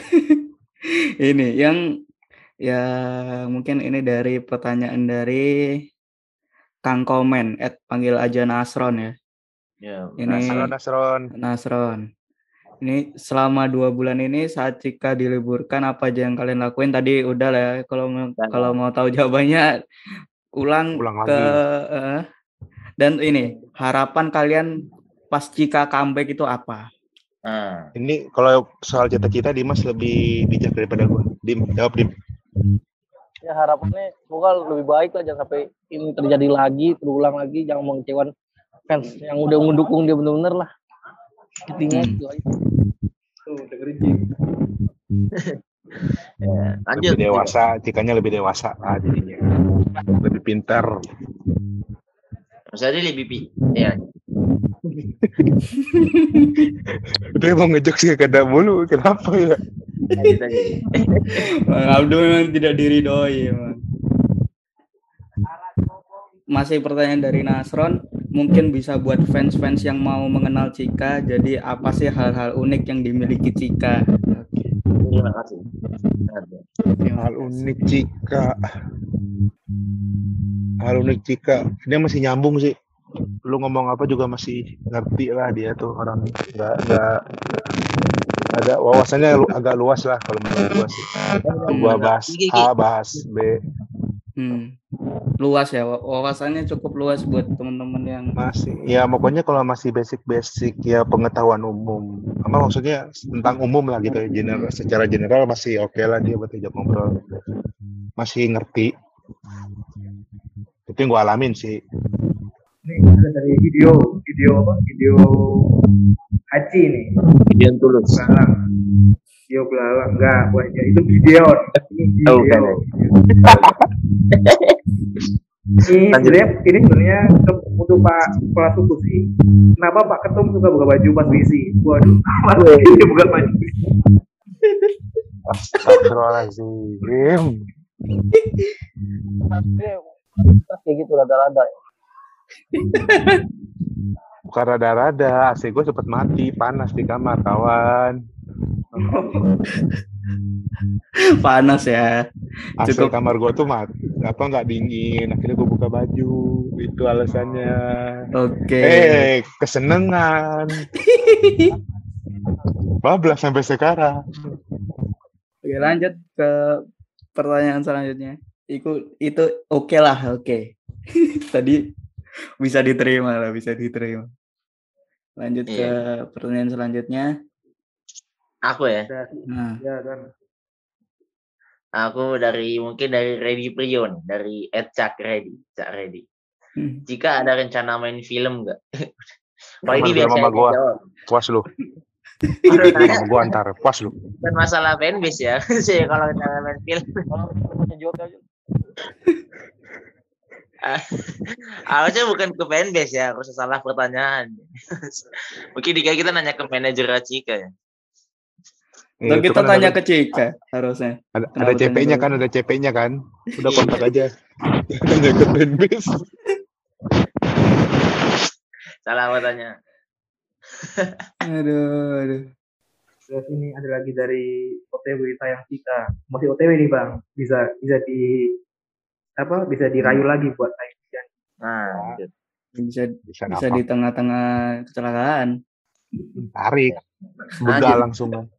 ini yang ya mungkin ini dari pertanyaan dari Kang Komen, at panggil aja Nasron ya. Ya, Ini Halo Nasron. Nasron. Ini selama dua bulan ini saat Cika diliburkan apa aja yang kalian lakuin? Tadi udah lah ya. Kalau mau- kalau mau tahu jawabannya ulang, Ulang ke lagi. eh, dan ini harapan kalian pas Cika comeback itu apa? Nah, Ini kalau soal cita-cita Dimas lebih bijak daripada gua. Dim, jawab Dim. Ya harapannya semoga lebih baik lah, jangan sampai ini terjadi lagi, terulang lagi, jangan mengecewakan fans yang udah mendukung dia bener-bener lah. Intinya Hmm. itu aja. Tuh dengerin Jim. ya, lanjut. Lebih dewasa, Cikanya lebih dewasa ah, jadinya. Lebih pintar. Mas Adril lebih pi. Ya. Itu emang ngejok sih kada mulu. Kenapa ya? Lanjut aja. Bang Abdul memang tidak diridoi emang. Masih pertanyaan dari Nasron, mungkin bisa buat fans-fans yang mau mengenal Cika. Jadi apa sih hal-hal unik yang dimiliki Cika? Oke. Terima kasih. Hal unik Cika. Hal unik Cika. Dia masih nyambung sih. Lu ngomong apa juga masih ngerti lah dia tuh orang nggak nggak agak wawasannya lu- agak luas lah kalau menurut gua sih. Gua bahas A, bahas B, Hmm. Luas ya, wa- wawasannya cukup luas buat teman-teman yang masih. Ya pokoknya kalau masih basic-basic ya pengetahuan umum. Apa maksudnya tentang umum lah gitu ya. General, secara general masih oke lah dia buat diajak ngobrol. Masih ngerti. Itu yang gua alamin sih. Ini ada dari video, video apa? Video Haji nih. Gideon Tulus. Belalang. Video belalang. Enggak, bukan itu Gideon. Ini Oh, Gideon. oh. Ini Lanjut. sebenarnya ini sebenarnya untuk, untuk Pak Kepala Suku sih. Kenapa Pak Ketum suka buka baju pas visi? Waduh, dia buka baju. Astagfirullahaladzim. Terus kayak gitu rada-rada. Bukan rada-rada, A C gue cepet mati, panas di kamar, kawan. panas ya. A C Cukup. kamar gue tuh mati, apa nggak dingin. Akhirnya gue buka baju, itu alasannya. Oke. Eh, kesenengan. Bablas sampai sekarang. Oke, lanjut ke pertanyaan selanjutnya. Itu itu oke lah, oke. Tadi bisa diterima lah, bisa diterima. Lanjut ke Iya. pertanyaan selanjutnya. Aku ya. Nah, Ya kan. Aku dari mungkin dari Ready Prion, dari Ed Cak Ready, Cak Ready. hmm. Jika ada rencana main film nggak? Kalau ini Sama biasa sama aja gua. jawab. Puas lu. Kalau tanya Sama gua antar pas lu. bukan masalah fanbase ya. Sih kalau kita main film. Punya jawab aja. Harusnya bukan ke fanbase ya, harus salah pertanyaan. Mungkin Dika kita nanya ke manajer Cika ya. Atau Itu kita kan tanya ada, ke Cika harusnya. ada, Kenapa ada C P-nya tanya kan, dulu? ada C P-nya kan. Udah kontak aja. Tanya ke fanbase. Salah pertanyaan. Aduh, aduh. Terus ini ada lagi dari O T W sayang kita. Masih O T W nih bang. Bisa bisa di apa? Bisa dirayu lagi buat sayang kita. Nah, gitu. Bisa Bisa bisa apa? di tengah-tengah kecelakaan. Tarik. Begal Lanjut. langsung kan.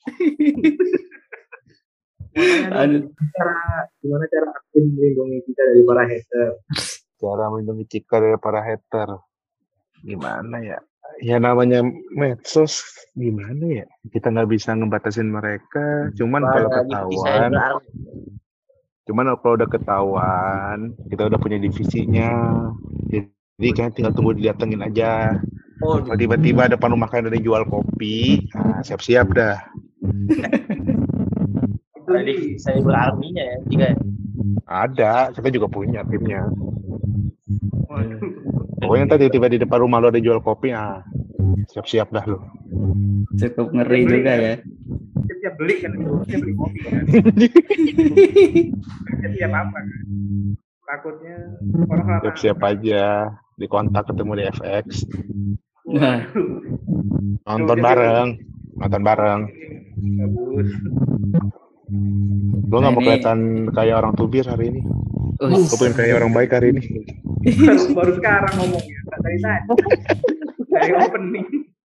Makanya Aduh. dong, cara gimana cara admin melindungi kita dari para hater? Cara melindungi Cika dari para hater. Gimana ya? Ya namanya medsos gimana ya? Kita nggak bisa ngebatasin mereka. Cuman kalau Balik lagi ke saya ketahuan, berarti. cuman kalau udah ketahuan, kita udah punya divisinya. Jadi kan tinggal tunggu didatengin aja. Oh, Kalau tiba-tiba depan rumah kalian ada yang jual kopi, nah, siap-siap dah. tadi saya berartinya ya, Cika. Ada, kita juga punya timnya. Pokoknya tadi tiba-tiba di depan rumah lo ada jual kopi, ah siap-siap dah lo. Cukup ngeri juga ya. Setiap beli kan itu, setiap beli kopi kan. Setiap apa kan? Takutnya orang salah Siap-siap aja, dikontak ketemu di F X, Nah, nonton bareng, nonton bareng. bagus. Lo nggak mau Ini- kelihatan kayak orang tubir hari ini? us, Gue pengen kayak orang baik hari ini. Baru, baru sekarang ngomongnya, tak dari tadi. Dari opening.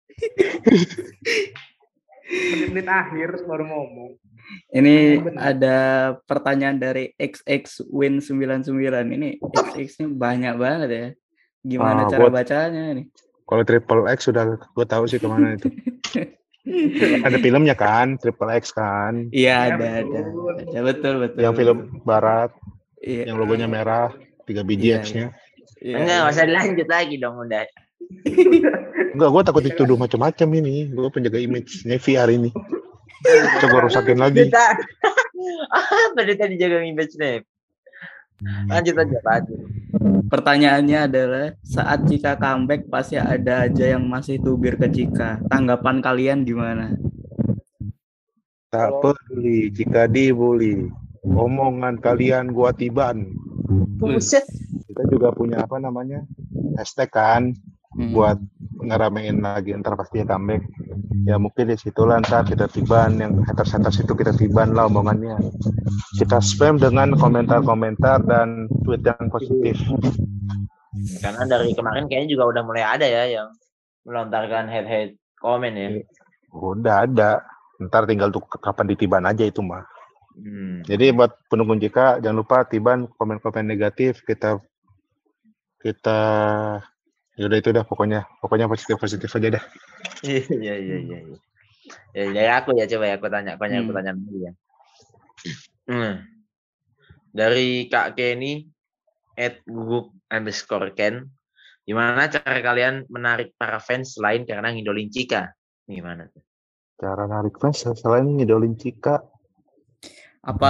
Menit-menit akhir baru ngomong. ini ada pertanyaan dari X X Win sembilan sembilan. Ini X X-nya banyak banget ya. Gimana Ah, cara gua- bacanya nih? Kalau triple X sudah gue tahu sih kemana itu. Ada filmnya kan, triple X kan, Iya, Ya, ada, ada, betul. ada, betul, betul. yang film barat, Iya, yang logonya merah, tiga biji Iya, X-nya. iya. Enggak, nggak usah dilanjut lagi dong udah. Enggak, gue takut dituduh macam-macam ini. Gue penjaga image Navy hari ini. Coba rusakin lagi. Kita apa dia tadi jaga image nih? Lanjut aja Pak. Adi. Pertanyaannya adalah saat Cika comeback pasti ada aja yang masih tubir ke Cika. Tanggapan kalian gimana? Tak peduli jika dibully. Omongan kalian gua tiban. Buset. Kita juga punya apa namanya? Hashtag kan Hmm. buat ngeramein lagi ntar pasti comeback. Ya mungkin di situlah ntar kita tiban yang haters-haters itu kita tiban lah omongannya. Kita spam dengan komentar-komentar dan tweet yang positif. Karena dari kemarin kayaknya juga udah mulai ada ya yang melontarkan head-head komen ya. Udah ada. Ntar tinggal tuh kapan ditiban aja itu mah. Hmm. Jadi buat pendukung Jika jangan lupa tiban komen-komen negatif kita kita ya udah itu dah pokoknya pokoknya positif positif aja dah. Iya iya iya iya. Ya dari aku ya coba ya aku tanya, aku tanya, aku Hmm. tanya dulu ya. Hmm. Dari Kak Kenny at guguk underscore Ken, gimana cara kalian menarik para fans selain karena ngidolin Cika? Gimana tuh? Cara narik fans selain ngidolin Cika Apa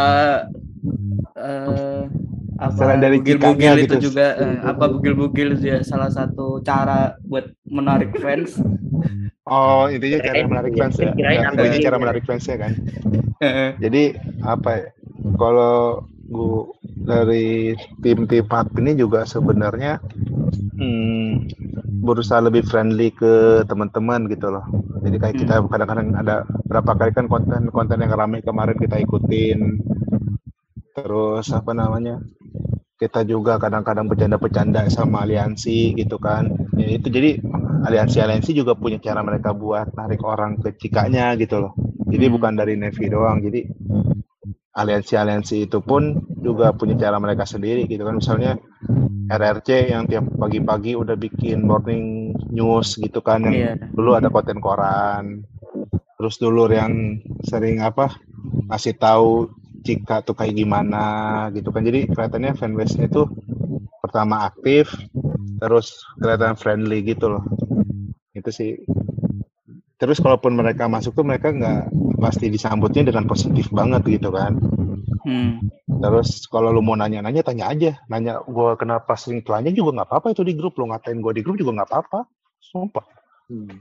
eh apa Selain dari bugil-bugil Cikanya itu gitu. juga eh, apa bugil-bugil ya salah satu cara buat menarik fans. oh intinya cara Kirain menarik gitu ya. fans ya, Kirain ya apa intinya gitu cara ya. menarik fans ya kan. Jadi apa ya kalau gua dari tim-tim admin ini juga sebenarnya hmm, berusaha lebih friendly ke teman-teman gitu loh. Jadi kayak kita kadang-kadang ada berapa kali kan konten-konten yang ramai kemarin kita ikutin. Terus apa namanya? Kita juga kadang-kadang bercanda-bercanda sama aliansi gitu kan. Ya itu jadi aliansi-aliansi juga punya cara mereka buat narik orang ke Cikanya gitu loh. Jadi Hmm. bukan dari Navy doang. Jadi aliansi-aliansi itu pun juga punya cara mereka sendiri gitu kan. Misalnya R R C yang tiap pagi-pagi udah bikin morning news gitu kan yang Iya. dulu ada konten koran. Terus dulur yang sering apa ngasih tahu Cika tuh kayak gimana gitu kan. Jadi kelihatannya fanbase-nya itu pertama aktif terus kelihatan friendly gitu loh. Itu sih. terus kalaupun mereka masuk tuh mereka nggak pasti disambutnya dengan positif banget gitu kan. Hmm. Terus kalau lu mau nanya-nanya tanya aja, nanya gue kenapa sering telanjang juga nggak apa-apa itu di grup, lu ngatain gue di grup juga nggak apa-apa, sumpah. Hmm.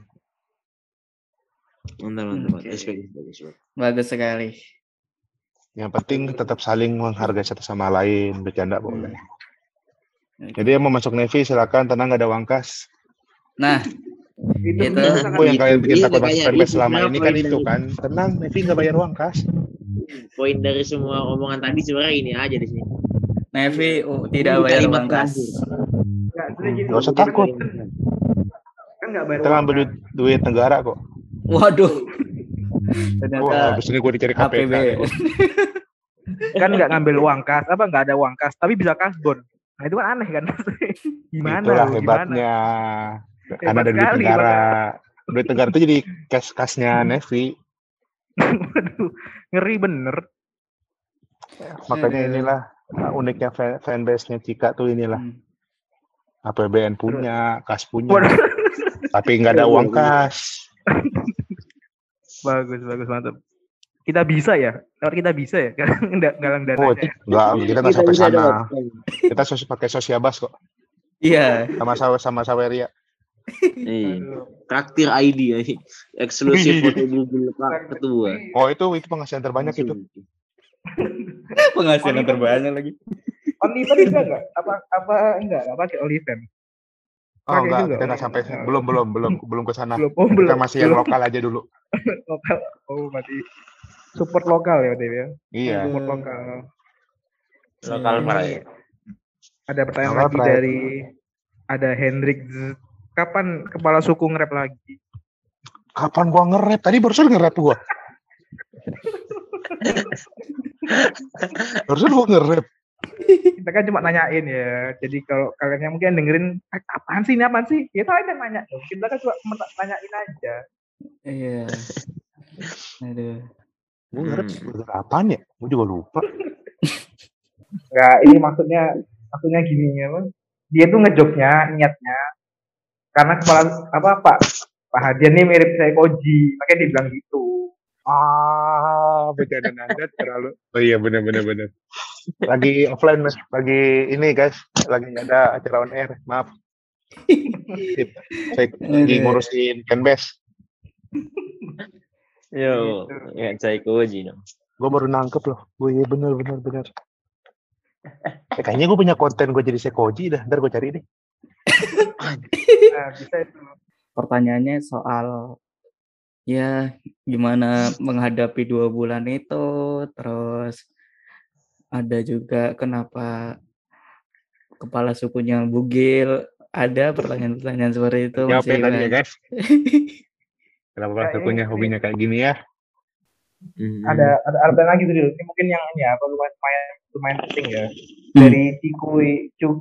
Mantap, mantap, mantap. Respect, respect, respect. Bagus sekali. Yang penting tetap saling menghargai satu sama lain, bercanda boleh. Oke. Jadi yang mau masuk Navy silakan, tenang nggak ada uang kas. Nah, Itu Itu. Oh yang kalian bikin Iya, takut masuk kayak fanbase itu, selama sebenarnya ini kan poin itu dari- kan, tenang Navy nggak bayar uang kas. Poin dari semua omongan tadi sebenarnya ini aja di sini. Navy oh, tidak Ini bayar kalimat uang kas. terakhir. Nggak, sebenarnya gini, Nggak usah kita takut, kan nggak bayar kita uang ngambil kan. duit, duit negara kok. Waduh. Wah, Ternyata habis ini gue dicari K A P P K. B. Kan nggak ngambil uang kas, apa nggak ada uang kas, tapi bisa kasbon. Nah itu kan aneh kan? Gimana? Itulah lu, hebatnya. Karena ada duit sekali, negara. Duit negara itu jadi kas-kasnya Navy. Gimana? Waduh, ngeri bener. Makanya Aduh. inilah uh, uniknya fan- fanbase-nya Cika tuh inilah. Hmm. A P B N punya, kas punya, Waduh, tapi nggak ada uang kas. bagus, bagus, mantap. Kita bisa ya? Kalau kita bisa ya? Karena nggak galang Oh, dananya. nggak, kita nggak Kita sampai bisa sana. dapat. Kita sos pakai sosiabas kok, Iya. sama sawer sama Saweria. Iya. Aduh. Traktir I D ya. Eksklusif foto Google Pak Ketua. Oh itu itu penghasilan terbanyak itu. Penghasilan terbanyak lagi. OnlyFans juga nggak? Apa apa enggak? Nggak pakai OnlyFans? Oh Pakai enggak, juga. kita nggak sampai belum belum belum belum ke sana. Belum, oh, Kita belum. masih yang Belum. lokal aja dulu. Lokal. Oh, masih support lokal ya, Dev ya? Iya. Support lokal. Lokal Ini Pride. ada pertanyaan Lokal lagi Pride. dari ada Hendrik Z. Kapan kepala suku nge-rap lagi? Kapan gua nge-rap? Tadi barusan nge-rap gua. Barusan gua nge-rap. Kita kan cuma nanyain ya. Jadi kalau kalian yang mungkin dengerin, "Eh, apaan sih ini apaan sih?" Kita aja yang nanya. Kita kan cuma men- nanyain aja. Iya. Aduh. Gua nge-rap Hmm. sebenarnya apaan ya? Gua juga lupa. Enggak, ini maksudnya maksudnya gini ya, Bang. Dia tuh ngejoknya niatnya karena kepala apa Pak Pak Hadian nih mirip saya Koji, makanya dia bilang gitu. Ah, bercanda Anda terlalu. Oh iya benar benar benar. Lagi offline Mas. Lagi ini guys, lagi nggak ada acara on air. Maaf. Sip. Saya lagi ngurusin fanbase. Yo, ya saya Koji dong. Gue baru nangkep loh. Gue iya benar benar benar. Eh, kayaknya gue punya konten gue jadi Sekoji dah. Ntar gue cari deh. Nah, bisa itu. Pertanyaannya soal ya gimana menghadapi dua bulan itu, terus ada juga kenapa kepala sukunya bugil, ada pertanyaan-pertanyaan seperti itu Jawab masih ya tadi ya banyak. guys. Kenapa Ya, sukunya ini- hobinya kayak gini ya? Hmm. Ada ada ada lagi tuh Dil. Ini mungkin yang ini ya, apa lumayan lumayan, lumayan penting ya. Hmm. Dari Cikui Cuk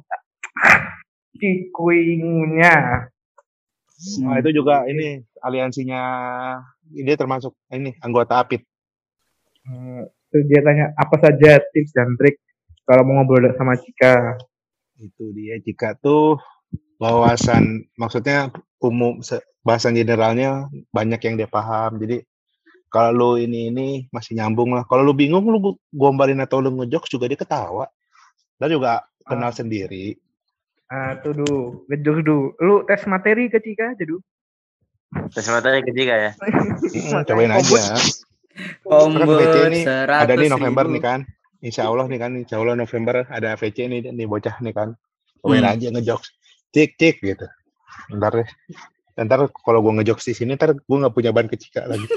Cikuingnya. Hmm. Nah, itu juga ini aliansinya ini termasuk ini anggota A P I D. Hmm, terus dia tanya apa saja tips dan trik kalau mau ngobrol sama Cika. Itu dia jika tuh wawasan maksudnya umum se- bahasan generalnya banyak yang dia paham. Jadi kalau lu ini ini masih nyambung lah. Kalau lu bingung lu gu- gombalin atau lu ngejokes juga dia ketawa. Dan juga kenal Ah. sendiri. Ah, tuh du, ngejok du. Lu tes materi ke Cika aja du. Tes materi ketiga ya. Mm, cobain aja. Ombud V C ini seratus ada nih November ribu. nih kan. Insya Allah nih kan, Insya Allah November ada V C nih, nih bocah nih kan. Cobain Hmm. aja ngejokes. Cik cik gitu. Ntar deh. Ntar kalau gue ngejokes di sini, ntar gue nggak punya ban ke Cika lagi.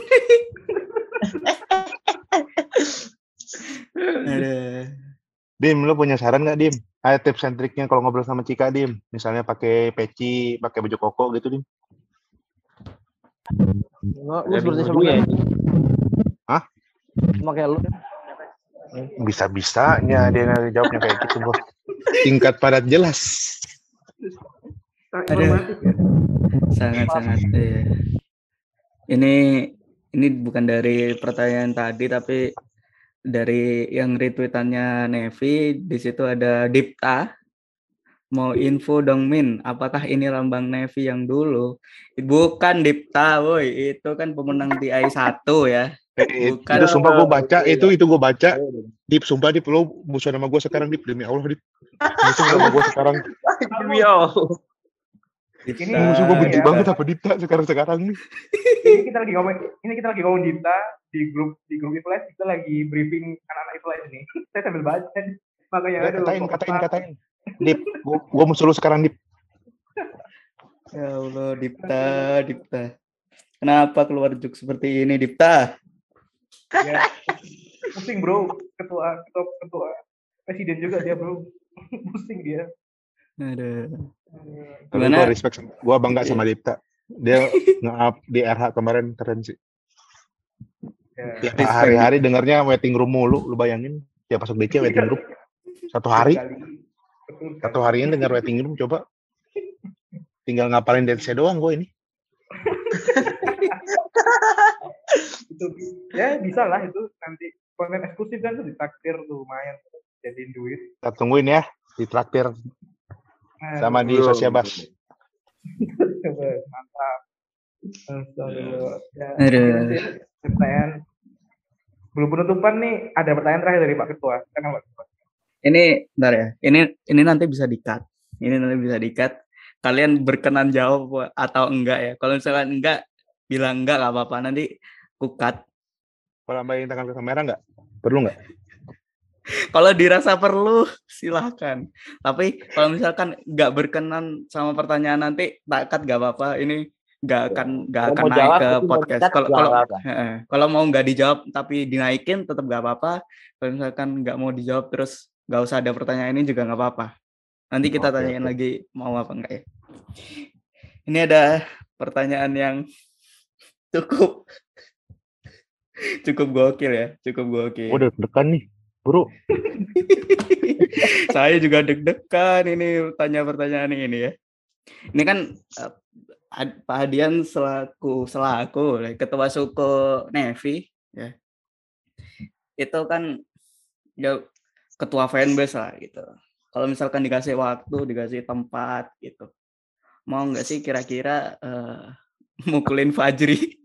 Aduh. Dim, lu punya saran nggak Dim? Ada tips and triknya kalau ngobrol sama Cika Dim. Misalnya pakai peci, pakai baju koko gitu Dim. Nggak, lu Ada seperti bingung sama juga ya. kayak Hah? sama kayak lu. Bisa-bisanya dia nanti jawabnya kayak gitu bos. Singkat padat jelas. Informatif ya. Sangat-sangat iya. Ini ini bukan dari pertanyaan tadi tapi dari yang retweetannya Nevi, di situ ada Dipta. mau info dong Min, apakah ini lambang Navy yang dulu? Bukan Dipta, woi, itu kan pemenang T I satu ya. Eh, Bukan. itu sumpah gue baca, Oh, iya. itu itu gue baca. Dip, sumpah Dip, lo musuh nama gue sekarang Dip, demi Allah Dip. Musuh nama gue sekarang. Demi Allah. Ini Dipta, Musuh gue benci ya, banget apa Dipta sekarang-sekarang nih. ini kita lagi ngomong ini kita lagi ngomong Dita di grup di grup Ifles, kita lagi briefing anak-anak Ifles ini. Saya sambil baca makanya Ya, aduh, katain, kok katain, kesal. katain. Dip, gue gue musuh lu sekarang Dip. Ya Allah, Dipta, Dipta. Kenapa keluar juk seperti ini, Dipta? Ya, pusing bro, ketua ketua ketua presiden juga dia bro. Pusing dia. Aduh. Tapi Gimana? gue respect, gue bangga sama Dipta. Dia nge-up di R H kemarin, keren sih. Ya, Tiap Respect, hari-hari dengarnya waiting room mulu, lu bayangin. Tiap masuk D C waiting room. Satu hari, sekali. Betul sekali. satu harian dengar waiting room, coba. Tinggal ngapalin D C doang gue ini. Itu ya bisa lah itu nanti konten eksklusif kan tuh ditraktir tuh lumayan jadiin duit. Kita tungguin ya, di traktir Nah, sama di Belum. Sosiabas. coba mantap. Astagfirullah. Ya, Aduh. gitu sih, pertanyaan belum penutupan nih, ada pertanyaan terakhir dari Pak Ketua. Karena Pak Ketua. Ini, bentar ya. Ini ini nanti bisa di-cut. Ini nanti bisa di-cut. Kalian berkenan jawab atau enggak ya? Kalau misalkan enggak, bilang enggak enggak apa-apa. Nanti ku cut. Kalau lambain tangan ke kamera nggak? Perlu nggak? Kalau dirasa perlu, silahkan. Tapi kalau misalkan nggak berkenan sama pertanyaan nanti, tak cut nggak apa-apa. Ini nggak akan nggak Kalau akan mau naik jawab, ke tapi mau podcast. dicat, Kalau jangan kalau apa-apa. heeh. Kalau mau nggak dijawab tapi dinaikin, tetap nggak apa-apa. Kalau misalkan nggak mau dijawab terus nggak usah ada pertanyaan ini juga nggak apa-apa. Nanti kita Oke, tanyain oke. lagi mau apa enggak ya. Ini ada pertanyaan yang cukup cukup gokil ya, cukup gokil. Gue udah deg-degan nih, bro. Saya juga deg-degan ini tanya pertanyaan ini ya. Ini kan uh, Pak Hadian selaku selaku ketua suku Navy ya. Itu kan ya ketua fanbase lah gitu. Kalau misalkan dikasih waktu, dikasih tempat gitu. Mau nggak sih kira-kira uh, mukulin Fajri?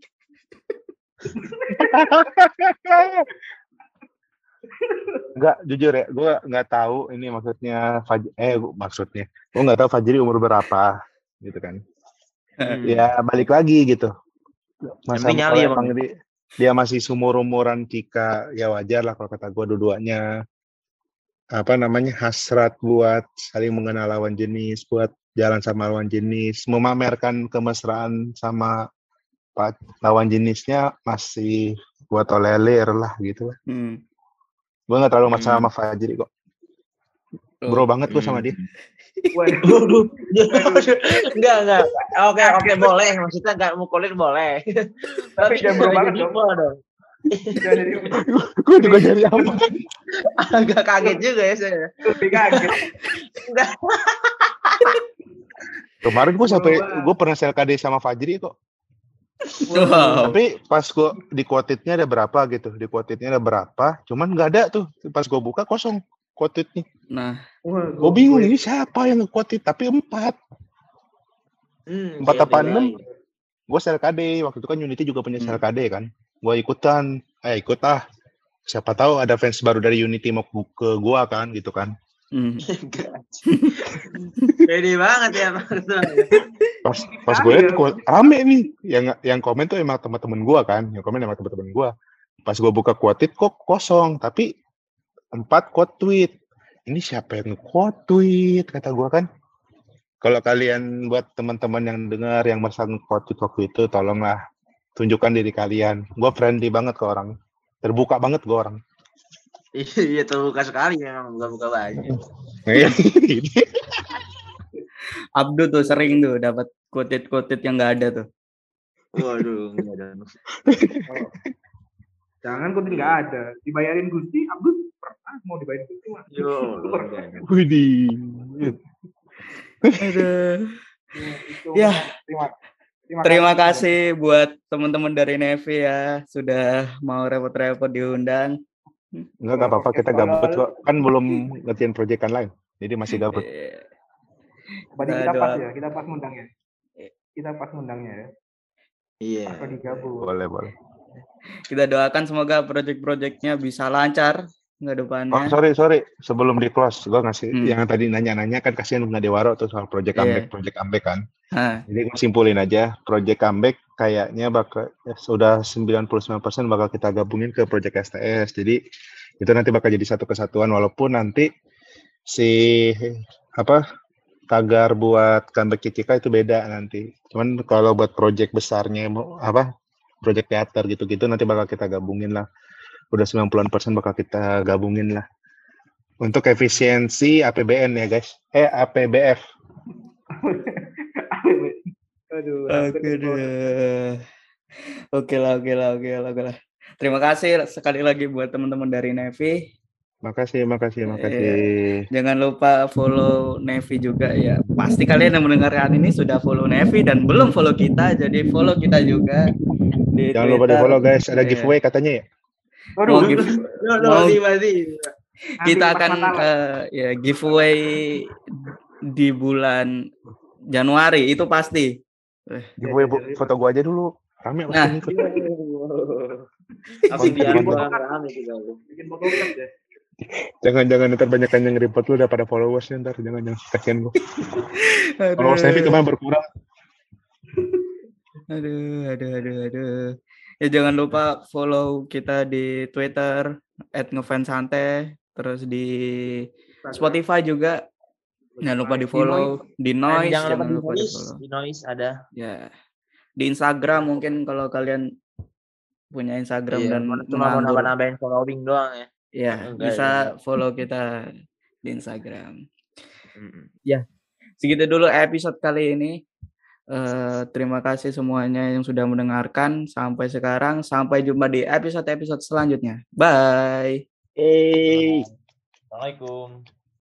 Enggak, jujur ya, gue nggak tahu ini maksudnya Faj- eh gua- maksudnya gue nggak tahu Fajri umur berapa gitu kan. Hmm. Ya balik lagi gitu. Masa Yang penting nyali kalau ya, Bang. emang di- dia masih sumur-umuran Cika, ya wajar lah kalau kata gue dua-duanya apa namanya hasrat buat saling mengenal lawan jenis, buat jalan sama lawan jenis, memamerkan kemesraan sama pa- lawan jenisnya masih buat tolerir lah gitu. Hmm. Gue nggak terlalu masalah Hmm. sama Fajri kok. Bro banget gue sama dia. Waduh, Enggak, enggak. Oke, oke, boleh. Maksudnya enggak mukulin boleh. Tapi jangan bro banget jadi dong. gua dong. jangan jadi Gue juga jadi apa? Agak kaget juga ya saya. lebih kaget. Enggak. Kemarin gue sampai Bro, gue pernah sel K D sama Fajri kok. Wow. Tapi pas gue di quoted-nya ada berapa gitu, di quoted-nya ada berapa, cuman nggak ada tuh. Pas gue buka kosong quoted-nya. Nah, Wah, Gue bingung ini siapa yang nge-quoted, tapi empat. Hmm, Empat iya, apa iya. enam? Gue sel K D, waktu itu kan Unity juga punya sel Hmm. K D kan. Gue ikutan, eh ikut ah. Siapa tahu ada fans baru dari Unity mau ke ke gua kan gitu kan. hmm. Pede banget ya Pak Ketua. Pas pas gue liat kok rame nih, yang yang komen tuh emang teman-teman gua kan, yang komen emang teman-teman gua. Pas gua buka quoted kok kosong, tapi empat quote tweet. Ini siapa yang nge-quote tweet kata gua kan. Kalau kalian buat teman-teman yang dengar yang merasa nge-quote tweet waktu itu, tolonglah tunjukkan diri kalian. Gua friendly banget ke orang, terbuka banget gua orang. Iya, terbuka sekali memang, buka-buka banyak. Abdu tuh sering tuh dapat quoted-quoted yang nggak ada tuh. Waduh, enggak ada. Jangan kok nggak ada. Dibayarin Gusti, Abdul pernah mau dibayarin Gusti mah. Yo, enggak ada. Widih. Aduh. Itu, Ya. Terima, terima, Terima kasih buat teman-teman dari Navy ya sudah mau repot-repot diundang. Enggak, enggak apa-apa, kita gabut kok. Kan belum ngerjain proyekan lain. Jadi masih gabut. Eh, Berarti Kita kita pas doa- ya, kita pas ngundangnya. Kita pas ngundangnya ya. Iya. Atau digabung. Boleh, boleh. Kita doakan semoga project-projectnya bisa lancar ke Oh, depannya. sorry, sorry. Sebelum di close, gue ngasih Hmm. yang tadi nanya-nanya kan kasihan nggak Dewaro tuh soal project Iya. comeback, project comeback kan. Nah, Jadi gue simpulin aja, project comeback kayaknya bakal ya, sudah sembilan puluh sembilan persen bakal kita gabungin ke project S T S. Jadi itu nanti bakal jadi satu kesatuan walaupun nanti si apa tagar buat comeback Cicika itu beda nanti. Cuman kalau buat project besarnya mau apa project teater gitu-gitu nanti bakal kita gabungin lah. Udah sembilan puluhan persen bakal kita gabungin lah. Untuk efisiensi A P B N ya guys. Eh A P B F. Aduh, oke deh. Oke lah, oke lah, oke lah, oke lah. Terima kasih sekali lagi buat teman-teman dari Nevi. Makasih, makasih, makasih. Jangan lupa follow Nevi juga ya. Pasti kalian yang mendengarkan ini sudah follow Nevi dan belum follow kita, jadi follow kita juga di Jangan lupa di Twitter. follow guys. Ada Iya. giveaway katanya ya. Mau give, Loh, mau loh, berarti. kita Nanti pas akan Natalan. eh, ya giveaway di bulan Januari itu pasti. Giveaway bu- foto gua aja dulu. Rame pasti Nah. yang ikut. Tapi biar Bikin gua rame juga lu. Bikin podcast ya. Jangan-jangan ntar banyak yang report lu udah pada followers ntar. Jangan-jangan kasihan gua. Followers Nevi kemarin berkurang. Aduh, aduh, aduh, aduh. Ya jangan lupa follow kita di Twitter at ngefansante, terus di Spotify juga. Jangan lupa di follow di Dan Noise, jangan lupa di lupa noise, follow. di noise ada. Ya. Di Instagram mungkin kalau kalian punya Instagram Iya, dan cuma mau menganggur, nambah-nambahin following doang ya. ya Enggak, bisa ya. follow kita di Instagram. Mm-mm. Segitu dulu episode kali ini. Eh, terima kasih semuanya yang sudah mendengarkan sampai sekarang. Sampai jumpa di episode-episode selanjutnya. Bye. Hey. Assalamualaikum.